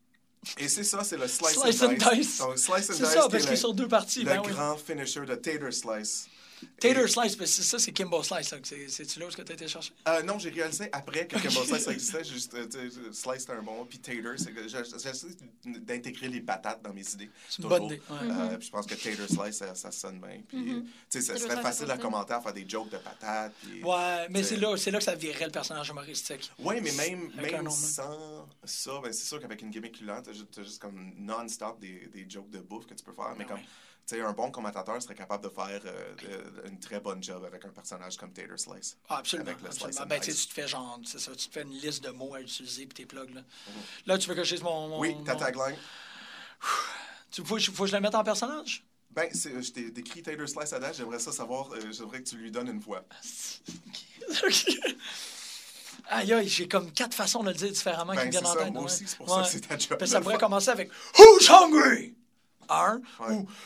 et c'est ça, c'est le slice, Slice and and dice. dice. Donc, slice and C'est dice, ça, qui parce est qu'il est le- sur deux parties. le Ben oui. grand finisher de Tater Slice. Tater Slice, ben, c'est ça, c'est Kimbo Slice. là, que c'est- C'est-tu là où tu as été chercher? Euh, non, j'ai réalisé après que Kimbo Slice ça existait. Juste, euh, tu sais, Slice, c'était un bon mot. Puis Tater, c'est que j'ai- j'essaie d'intégrer les patates dans mes idées. C'est une toujours. bonne idée. Ouais. Euh, puis je pense que Tater Slice, ça, ça sonne bien. Puis, Mhm. tu sais, ça Tater serait Slice, facile ça à sonne commenter, à faire des jokes de patates. Puis, Ouais, mais t'sais- c'est là, c'est là que ça virerait le personnage humoristique. Oui, mais même, Avec un même nom, hein. sans ça, ben c'est sûr qu'avec une gimmick culotte, t'as juste, t'as juste comme non-stop des, des jokes de bouffe que tu peux faire. Mais Ben comme, oui. tu sais, un bon commentateur serait capable de faire euh, de- une très bonne job avec un personnage comme Tater Slice. Ah, absolument. Avec le absolument. slice and Ben, tu sais, dice. tu te fais genre, c'est ça, tu te fais une liste de mots à utiliser puis tes plugs. Là, là tu veux que je dise mon. mon Oui, ta mon- tagline. Tu faut, que je- faut que je la mette en personnage? Ben, c'est- je t'ai décrit Tater Slice à date, j'aimerais ça savoir, euh, j'aimerais que tu lui donnes une voix. OK. Aïe, aïe, j'ai comme quatre façons de le dire différemment qui Ben, me c'est viennent en ça, tête. moi ouais. aussi, c'est pour ça Ouais. que c'est ta job. Puis de ça le pourrait faire. commencer avec Who's hungry? Un. Ouais. Ou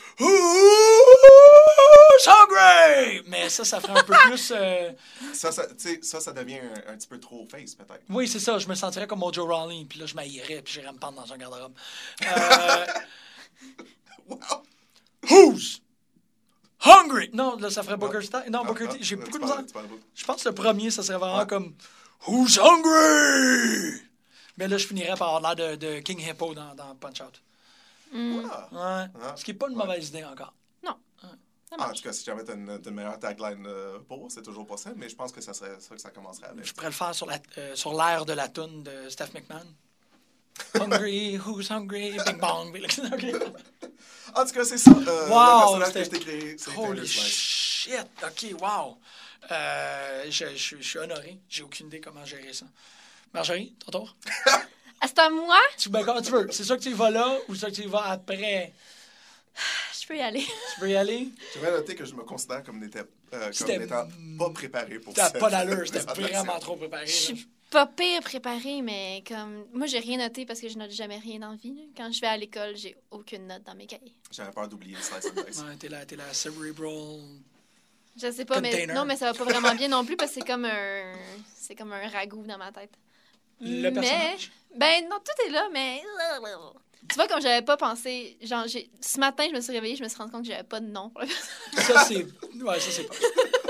Who's hungry? Mais ça, ça ferait un peu plus. euh, Ça, ça, tu sais, ça, ça devient un, un petit peu trop face, peut-être. Oui, c'est ça. Je me sentirais comme Mojo Rawley. Puis là, je m'haïrais. Puis j'irais me pendre dans un garde-robe. Euh, Wow! Who's hungry? Non, là, ça ferait Booker T. Non, Ah, Booker ah, T. J'ai tu beaucoup de parles- misère. tu parles beaucoup. Je pense que le premier, ça serait vraiment Ouais. comme Who's hungry? Mais là, je finirais par avoir l'air de, de King Hippo dans, dans Punch-Out. Ah. Ouais. Ah. Ce qui n'est pas une Ouais. mauvaise idée encore. Non. Ça Ah, en marche. tout cas, si jamais tu as une, t'as une meilleure tagline euh, pour, c'est toujours possible, mais je pense que ça serait ça que ça commencerait avec. Je pourrais le faire sur la- euh, sur l'air de la toune de Steph McMahon. Hungry, who's hungry? Bing bong. OK. En tout cas, c'est ça. Euh, Wow, le personnage que c'était- je t'ai créé, c'est Holy Tater Slice. shit! OK, wow! Euh, je, je- je suis honoré. J'ai aucune idée comment gérer ça. Marjorie, ton tour? Ah, c'est à moi? Tu, ben, comment tu veux? C'est ça que tu y vas là ou ça que tu y vas après? Je peux y aller. Tu veux y aller? Je vais noter que je me considère comme n'étant, euh, comme C'était- n'étant pas préparé pour T'as cette pas d'allure, c'était présentation. vraiment trop préparé. Je là. suis pas pire préparée, mais comme. Moi, j'ai rien noté parce que je note jamais rien dans la vie. là. Quand je vais à l'école, j'ai aucune note dans mes cahiers. J'avais peur d'oublier le Slice and Dice. Ouais, t'es la, t'es la cerebral. Je sais pas, mais Container. non, mais ça va pas vraiment bien non plus parce que c'est comme un. C'est comme un ragoût dans ma tête. Le mais, personnage? Ben non, tout est là, mais. Tu vois, comme j'avais pas pensé. Genre, j'ai... ce matin, je me suis réveillée, je me suis rendu compte que j'avais pas de nom pour le personnage. Ça, c'est. Ouais, ça, c'est pas.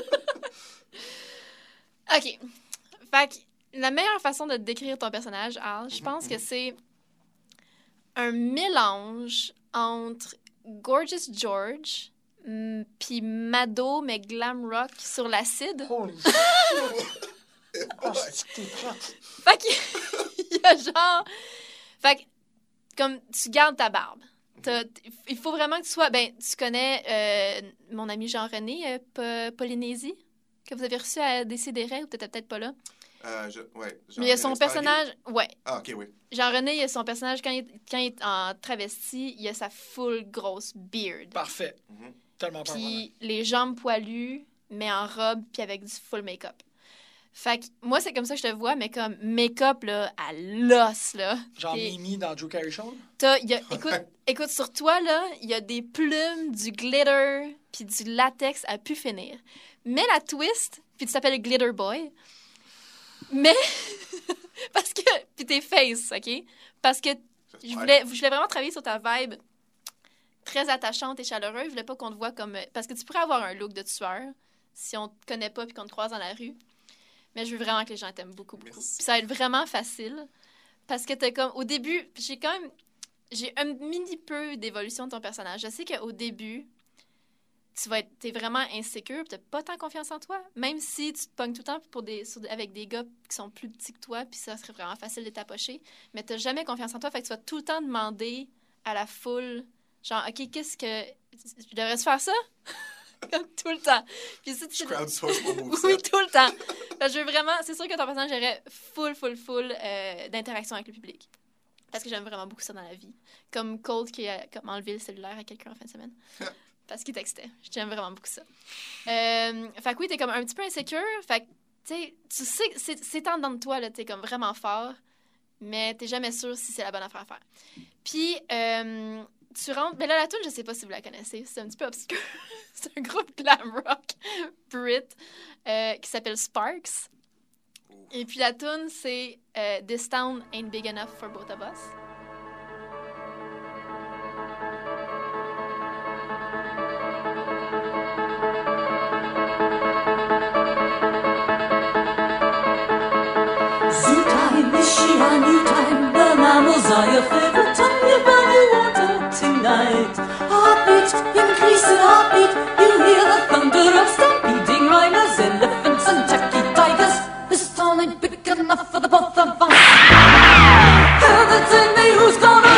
OK. Fait que la meilleure façon de décrire ton personnage, Al, je pense que c'est un mélange entre Gorgeous George mm, puis Mado, mais glam rock sur l'acide. Holy shit! Oh, c'est que t'es prête. Fait qu'il y a genre... Fait que, comme, tu gardes ta barbe. T'as- Il faut vraiment que tu sois... Ben, tu connais euh, mon ami Jean-René, euh, Po- Polynésie, que vous avez reçu à Décideret, ou t'étais peut-être pas là. Euh, je, ouais, Mais il y a son personnage... Ouais. Ah, ok, oui. Jean-René, il a son personnage, quand il, quand il est en travesti, il a sa full grosse beard. Parfait. Mhm. Tellement pas Puis les jambes poilues, mais en robe, puis avec du full make-up. Fait que moi, c'est comme ça que je te vois, mais comme make-up, là, à l'os, là. Genre Puis Mimi dans Drew Carey Show. t'as- il y a- écoute, écoute, sur toi, là, il y a des plumes, du glitter, puis du latex à pu finir. Mets la twist, puis tu t'appelles Glitter Boy. Mais, parce que, puis t'es face, OK? Parce que je voulais, je voulais vraiment travailler sur ta vibe très attachante et chaleureuse. Je voulais pas qu'on te voit comme... Parce que tu pourrais avoir un look de tueur si on te connaît pas puis qu'on te croise dans la rue. Mais je veux vraiment que les gens t'aiment beaucoup, beaucoup. Merci. Puis ça va être vraiment facile. Parce que t'es comme... Au début, j'ai quand même... J'ai un mini peu d'évolution de ton personnage. Je sais qu'au début, tu vas être... T'es vraiment insécure, t'as pas tant confiance en toi. Même si tu te pognes tout le temps pour des, sur des- avec des gars qui sont plus petits que toi, puis ça serait vraiment facile de t'approcher. Mais t'as jamais confiance en toi, fait que tu vas tout le temps demander à la foule, genre, OK, qu'est-ce que... Je devrais faire ça? Comme tout le temps. Puis si tu... Je crowdsource mon moveset. Oui, tout le temps. Fait que je veux vraiment... C'est sûr que ton personnage aurait full, full, full euh, d'interaction avec le public. Parce que j'aime vraiment beaucoup ça dans la vie. Comme Colt qui a comme enlevé le cellulaire à quelqu'un en fin de semaine. Parce qu'il textait. J'aime vraiment beaucoup ça. Euh, fait que oui, t'es comme un petit peu insécure. Fait que, tu sais, tu sais, c'est, c'est en dedans de toi, là, t'es comme vraiment fort, mais t'es jamais sûr si c'est la bonne affaire à faire. Puis, euh, tu rentres... Mais là, la tune, je sais pas si vous la connaissez. C'est un petit peu obscur. C'est un groupe glam rock brit euh, qui s'appelle Sparks. Et puis la tune, c'est euh, This Town Ain't Big Enough for Both of Us. a new time. The mammals are your favorite time. You're bound water tonight. Heartbeat, increasing heartbeat. You hear the thunder of stampeding rhinos, elephants and Jackie tigers. This town ain't big enough for the both of us. Heather, tell me who's gonna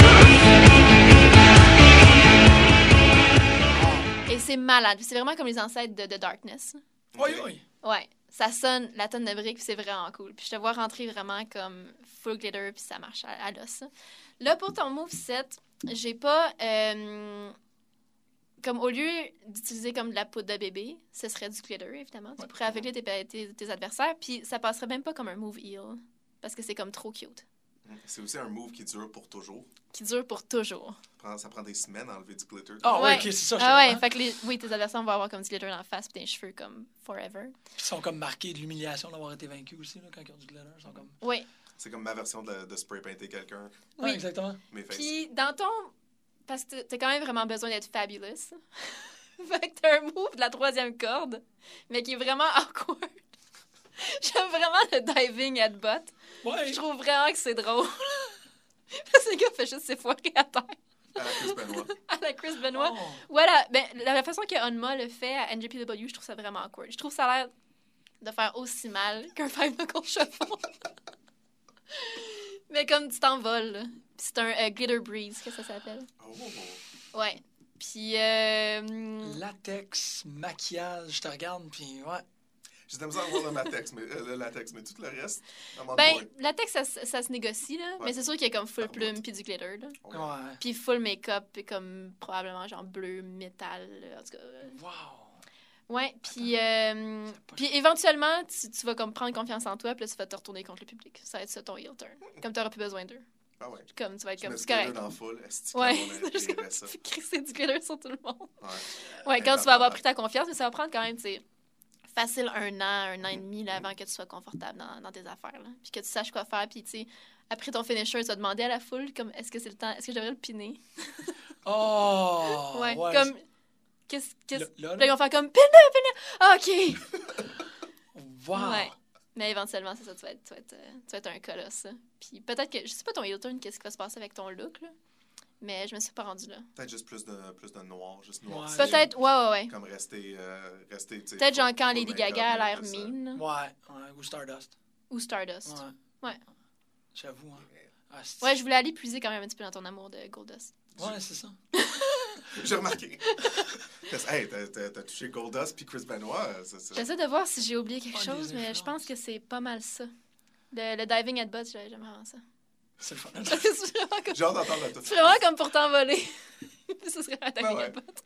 leave. Et c'est malade. C'est vraiment comme les ancêtres de The Darkness. Oui, oui. Ouais. Ça sonne la tonne de briques, puis c'est vraiment cool. Puis je te vois rentrer vraiment comme full glitter, puis ça marche à, à l'os. Là, pour ton moveset, j'ai pas... Euh, comme au lieu d'utiliser comme de la poudre de bébé, ce serait du glitter, évidemment. Ouais. Tu pourrais aveugler tes, tes, tes adversaires, puis ça passerait même pas comme un move heal, parce que c'est comme trop cute. C'est aussi un move qui dure pour toujours. Qui dure pour toujours. Ça prend, ça prend des semaines à enlever du glitter. Ah ouais, oui, ok, c'est ça. Ah ouais, fait que les, oui, tes adversaires vont avoir comme du glitter dans la face puis des cheveux comme forever. Ils sont comme marqués de l'humiliation d'avoir été vaincus aussi, là, quand ils ont du glitter. Ils sont comme... Oui. C'est comme ma version de, de spray painter quelqu'un. Oui, ouais, exactement. Mes faces. Puis dans ton... Parce que t'as quand même vraiment besoin d'être fabulous. Fait que t'as un move de la troisième corde, mais qui est vraiment awkward. J'aime vraiment le diving headbutt. Ouais. Je trouve vraiment que c'est drôle. Parce que le gars fait juste s'effoirer à terre. À la Chris Benoit. À la Chris Benoit. Oh. Voilà. Ben, la, la façon que Onma le fait à N J P W, je trouve ça vraiment awkward. Je trouve ça a l'air de faire aussi mal qu'un five knuckle shuffle. Mais comme tu t'envoles, là. Puis c'est un euh, glitter breeze, que ça s'appelle. Oh. Ouais. Puis... Euh... Latex, maquillage, je te regarde, puis ouais. J'ai de la misère à voir le latex, mais, euh, le latex, mais tout le reste, ben, latex, ça, ça se négocie, là. Ouais. Mais c'est sûr qu'il y a comme full Ah, plume ouais. puis du glitter, là. Ouais. Ouais. Puis full make-up, puis comme probablement genre bleu, métal, là, en tout cas. Wow. Ouais, puis euh, puis éventuellement, tu, tu vas comme prendre confiance en toi, puis là, tu vas te retourner contre le public. Ça va être ça ton heel turn. Comme tu n'auras plus besoin d'eux. Ah ouais. Comme tu vas être Je comme, mets c'est du glitter correct. dans la foule, est-ce Ouais, qu'on c'est juste aimerait comme ça? tu crisser du glitter sur tout le monde. Ouais, Ouais, quand tu vas avoir pris ta confiance, mais ça va prendre quand même, tu sais, facile un an, un an et demi là, avant que tu sois confortable dans, dans tes affaires, là. Puis que tu saches quoi faire, puis tu sais, après ton finisher, tu vas demander à la foule, comme, est-ce que c'est le temps, est-ce que je devrais le piner? Oh! ouais, ouais, comme, qu'est-ce, qu'est-ce, là, là, là, ils vont faire comme, pine-le, pine-le, ah, OK! Wow! Ouais. Mais éventuellement, c'est ça, tu vas être, tu vas être, euh, tu vas être un colosse. Hein. Puis peut-être que, je sais pas ton heel turn, qu'est-ce qui va se passer avec ton look, là. Mais je me suis pas rendue là. Peut-être juste plus de, plus de noir, juste noir. Ouais. Peut-être, ouais, ouais, ouais. Comme rester, euh, rester, tu sais. Peut-être genre full- quand full Lady make-up, Gaga a mais l'air plus, euh, mean. là. Ouais, ouais, ou Stardust. Ou Stardust. Ouais. Ouais. J'avoue, hein. Ah, c'est- Ouais, je voulais aller puiser quand même un petit peu dans ton amour de Goldust. Ouais, c'est ça. J'ai remarqué. Hey, t'as, t'as, t'as touché Goldust puis Chris Benoit. Ça, ça... J'essaie de voir si j'ai oublié quelque Ouais, chose, des mais je influences. pense que c'est pas mal ça. Le, le diving headbutt, j'aime j'aime vraiment ça. C'est le fun. c'est vraiment comme, J'ai hâte d'entendre le tout. c'est vraiment comme pour t'envoler. Ce serait un diving Ben ouais. headbutt.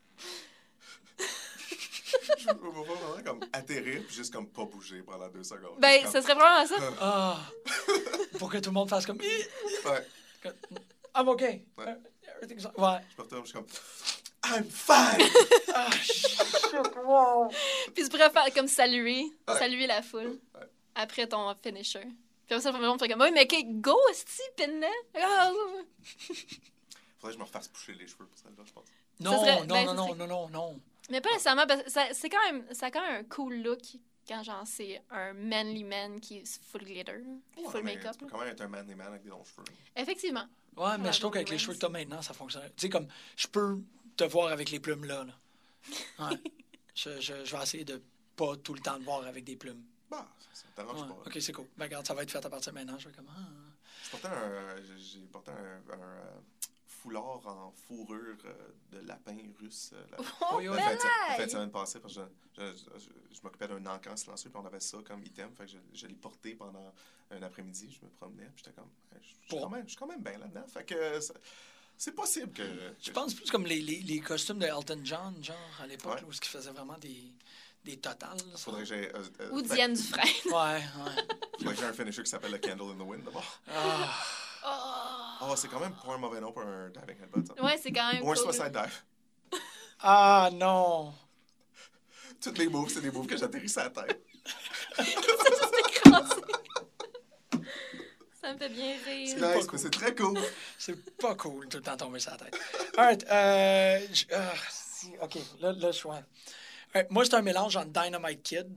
Je me vois vraiment comme atterrir puis juste comme pas bouger pendant deux secondes. Ben, Comme- ce serait vraiment ça. Ah! Pour que tout le monde fasse comme... Ouais. I'm okay. Ouais. Everything's... Ouais. Je me retourne, je suis comme I'm fine! Ah, shit, wow! Puis tu pourrais faire comme saluer, Ouais. saluer la foule Ouais. après après ton finisher. Puis après ça, le monde fait comme, oui, mais okay, go, esti, pinne ah, ouais, ouais. Faudrait que je me refasse pousser les cheveux pour celle-là, je pense. Non, serait- non, ben, non, ça non, serait- non, non, non. Mais pas nécessairement, parce que ça, c'est quand même, ça a quand même un cool look quand, genre, c'est un manly man qui est full glitter, puis Ouais, full mais make-up. Tu peux là. quand même être un manly man avec des longs cheveux. Effectivement. Ouais, mais Ouais, je trouve qu'avec les Wings. cheveux que t'as maintenant, ça fonctionne. Tu sais, comme, je peux te voir avec les plumes là. là. Ouais. je, je, je vais essayer de pas tout le temps te voir avec des plumes. Bah, ça me dérange Ouais. pas. Ok, c'est cool. Ben, regarde, ça va être fait à partir de maintenant. Je vais comme, ah. J'ai porté un, j'ai porté un, un, euh, foulard en fourrure euh, de lapin russe euh, la, Oh, Oui, oui. la fin de se- la fin belle! de semaine passée parce que je, je, je, je m'occupais d'un encan silencieux puis on avait ça comme item. Fait que je, je l'ai porté pendant un après-midi. Je me promenais puis j'étais comme, hey, je, je, suis Bon. quand même, je suis quand même bien là-dedans. Fait que euh, ça- c'est possible que... Je pense plus comme les, les, les costumes de Elton John, genre, à l'époque, Ouais. là, où il faisait vraiment des, des totales. là, ça. Faudrait que j'ai... Euh, euh, Ou fait- Diane Dufresne. Ouais, ouais. faudrait que j'ai un finisher qui s'appelle le Candle in the Wind d'abord. Ah. Oh. Oh, c'est quand même pas un mauvais nom pour un diving headbutt. Ça. Ouais, c'est quand même Ou un cool. suicide dive. Ah, non. Tous les moves, c'est des moves que j'atterrisse à la tête. Écrasé. Ça me fait bien C'est rire. nice, pas mais cool. c'est très cool. C'est pas cool tout le temps tomber sur la tête. All right, euh, j- ah, si, OK, là, là je suis... ouais. All right, moi, c'est un mélange entre Dynamite Kid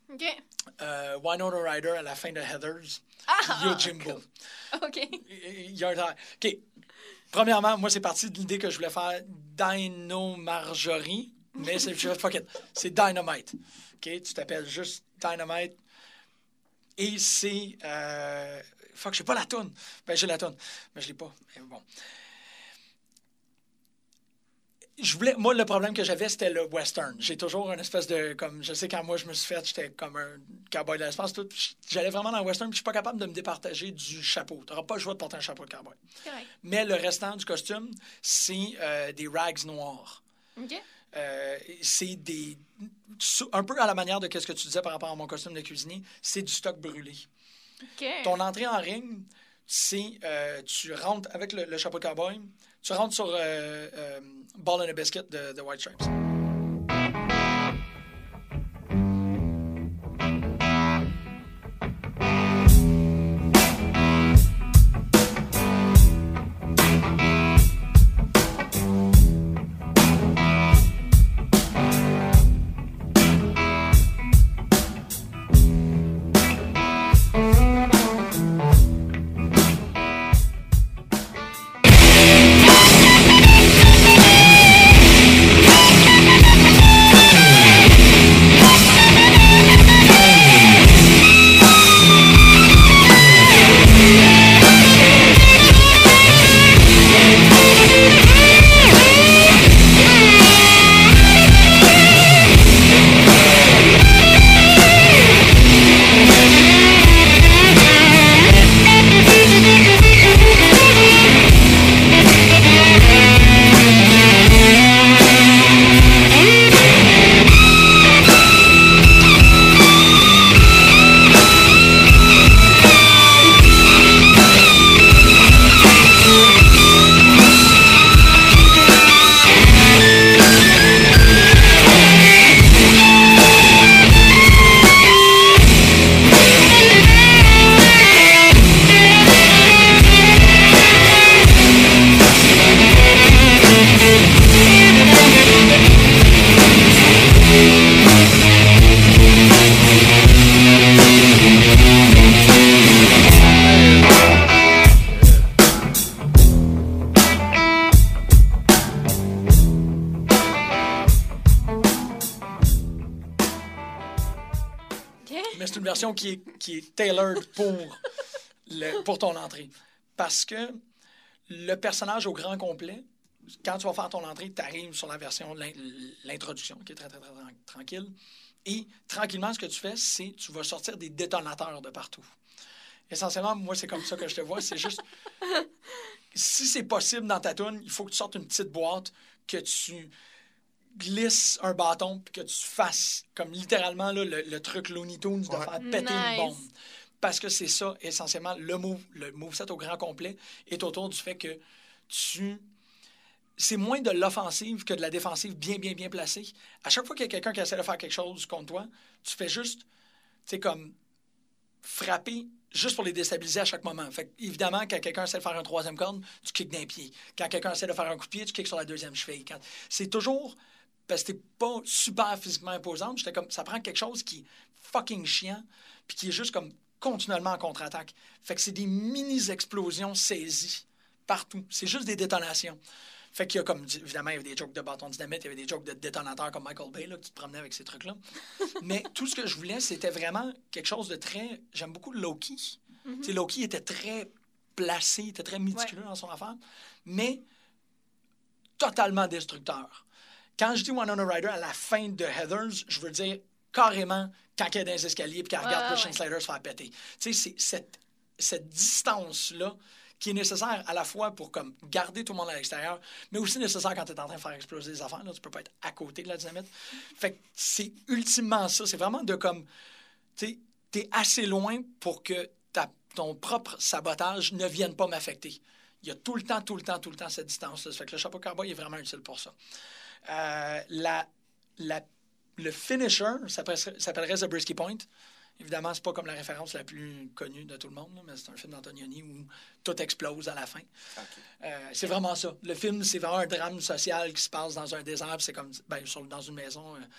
OK. Euh, Winona Ryder à la fin de Heathers. Ah! Yojimbo. OK. Il y a un... OK. Premièrement, moi, c'est parti de l'idée que je voulais faire Dino Marjorie, mais c'est fuck it. C'est Dynamite. OK? Tu t'appelles juste Dynamite. Et c'est... Euh... Fuck, j'ai pas la toune. Ben, j'ai la toune, mais je l'ai pas. Mais bon. Je voulais, moi, le problème que j'avais, c'était le western. J'ai toujours une espèce de... comme Je sais, quand moi, je me suis fait, j'étais comme un cowboy de l'espace. Tout, j'allais vraiment dans le western, puis je suis pas capable de me départager du chapeau. Tu n'auras pas le choix de porter un chapeau de cowboy. Correct. Mais le restant du costume, c'est euh, des rags noirs. OK. Euh, c'est des... Un peu à la manière de ce que tu disais par rapport à mon costume de cuisinier, c'est du stock brûlé. OK. Ton entrée en ring, c'est... Euh, tu rentres avec le, le chapeau de cowboy, tu rentres sur euh, euh, Ball and a Biscuit de The White Stripes. Mais c'est une version qui est, qui est tailored pour, le, pour ton entrée. Parce que le personnage au grand complet, quand tu vas faire ton entrée, tu arrives sur la version de l'introduction, qui est très, très, très, très tranquille. Et tranquillement, ce que tu fais, c'est tu vas sortir des détonateurs de partout. Essentiellement, moi, c'est comme ça que je te vois. C'est juste, si c'est possible dans ta toune, il faut que tu sortes une petite boîte, que tu glisses un bâton, puis que tu fasses, comme littéralement, là, le, le truc Looney Tunes de Ouais. faire péter Nice. une bombe. Parce que c'est ça, essentiellement, le move, le moveset au grand complet est autour du fait que tu... C'est moins de l'offensive que de la défensive bien, bien, bien placée. À chaque fois qu'il y a quelqu'un qui essaie de faire quelque chose contre toi, tu fais juste, tu sais, comme frapper juste pour les déstabiliser à chaque moment. Fait que, évidemment, quand quelqu'un essaie de faire un troisième corde, tu kicks d'un pied. Quand quelqu'un essaie de faire un coup de pied, tu kicks sur la deuxième cheville. Quand... C'est toujours... Parce que t'es pas super physiquement imposante. J'étais comme, ça prend quelque chose qui est fucking chiant, puis qui est juste comme continuellement en contre-attaque. Fait que c'est des mini-explosions saisies partout. C'est juste des détonations. Fait qu'il y a comme, évidemment, il y avait des jokes de bâton dynamite, il y avait des jokes de détonateurs comme Michael Bay, là, que tu te promenais avec ces trucs-là. Mais tout ce que je voulais, c'était vraiment quelque chose de très... J'aime beaucoup Loki. Mm-hmm. Tu sais, Loki était très placé, était très méticuleux ouais. dans son affaire, mais totalement destructeur. Quand je dis Winona Ryder à la fin de Heathers, je veux dire carrément quand elle est dans les escaliers et qu'elle regarde ouais, Christian ouais. Slater se faire péter. Tu sais, c'est cette, cette distance-là qui est nécessaire à la fois pour comme, garder tout le monde à l'extérieur, mais aussi nécessaire quand tu es en train de faire exploser des affaires. Là, tu peux pas être à côté de la dynamite. Fait que c'est ultimement ça. C'est vraiment de comme... Tu es assez loin pour que ta, ton propre sabotage ne vienne pas m'affecter. Il y a tout le temps, tout le temps, tout le temps cette distance-là. Ça fait que le chapeau cowboy est vraiment utile pour ça. Euh, la, la, le finisher s'appellerait Zabriskie Point. Évidemment, c'est pas comme la référence la plus connue de tout le monde, là, mais c'est un film d'Antonioni où tout explose à la fin. Okay. Euh, c'est vraiment ça. Le film, c'est vraiment un drame social qui se passe dans un désert. C'est comme ben, sur, dans une maison euh,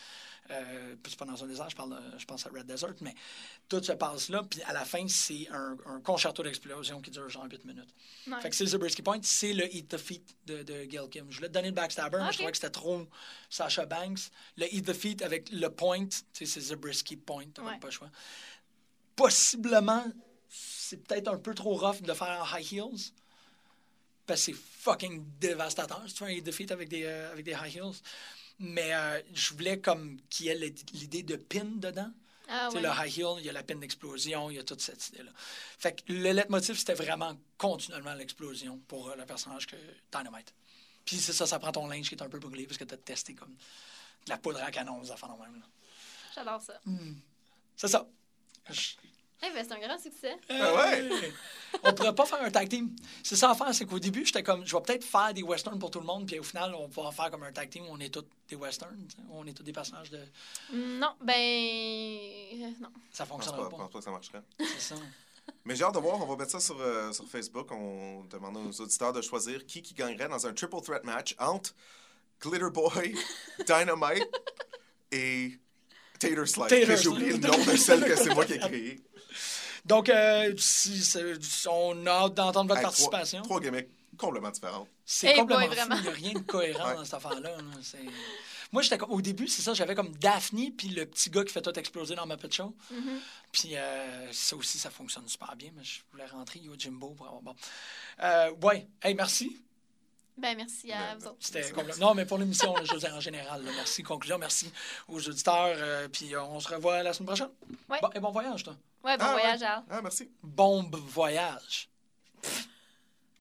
Euh, puis c'est pas dans un désert, je, parle, de- je pense à Red Desert, mais tout se passe là. Puis à la fin, c'est un, un concerto d'explosion qui dure genre huit minutes. Nice. Fait que c'est le Zabriskie Point, c'est le Eat the Feet de, de Gail Kim. Je voulais te donner le backstabber, mais Ok. je trouvais que c'était trop Sasha Banks. Le Eat the Feet avec le point, tu sais, c'est Zabriskie Point, t'as Ouais. même pas le choix. Possiblement, c'est peut-être un peu trop rough de le faire en high heels. Parce que c'est fucking dévastateur si tu fais un Eat the Feet avec des, euh, avec des high heels. Mais euh, je voulais comme qu'il y ait l'idée de pin dedans. Ah, Tu sais, ouais. le high heel, il y a la pin d'explosion, il y a toute cette idée-là. Fait que le leitmotiv, c'était vraiment continuellement l'explosion pour euh, le personnage que Dynamite. Puis c'est ça, ça prend ton linge qui est un peu brûlé parce que tu as testé comme de la poudre à canon, des affaires de même. Là. J'adore ça. C'est ça. Je- Eh ben, c'est un grand succès. Ah ouais? Hey! On pourrait pas faire un tag team. C'est ça à faire, c'est qu'au début, j'étais comme, je vais peut-être faire des westerns pour tout le monde, puis au final, on va faire comme un tag team où on est tous des westerns, tu sais, on est tous des personnages de. Non, ben. euh, Non. Ça Je pense pas, fonctionnera je pas. pense pas que ça marcherait. C'est ça. Mais j'ai hâte de voir, on va mettre ça sur, euh, sur Facebook. On demande aux auditeurs de choisir qui, qui gagnerait dans un triple threat match entre Glitter Boy, Dynamite et Tater Slide. Tater Que J'ai oublié le Slide. nom de celle que c'est moi qui ai créée. Donc, euh, si, c'est- on a hâte d'entendre votre Hey, participation. Trois, trois gimmicks complètement différentes. C'est Hey complètement boy, fou. vraiment. Il n'y a rien de cohérent Ouais. dans cette affaire-là. là. C'est- Moi, j'étais comme- au début, c'est ça, j'avais comme Daphne puis le petit gars qui fait tout exploser dans Muppet Show. Puis euh, ça aussi, ça fonctionne super bien, mais je voulais rentrer Yo Jimbo pour avoir bon. Euh, ouais, hey, merci. Ben, merci à vous autres. C'était complètement. Non, mais pour l'émission, là, je veux dire en général. là, merci. Conclusion, merci aux auditeurs. euh, puis euh, on se revoit la semaine prochaine. Ouais. Bon, et bon voyage, toi. Ouais, bon Ah, voyage, ouais. Al. Ah, merci. Bombe voyage.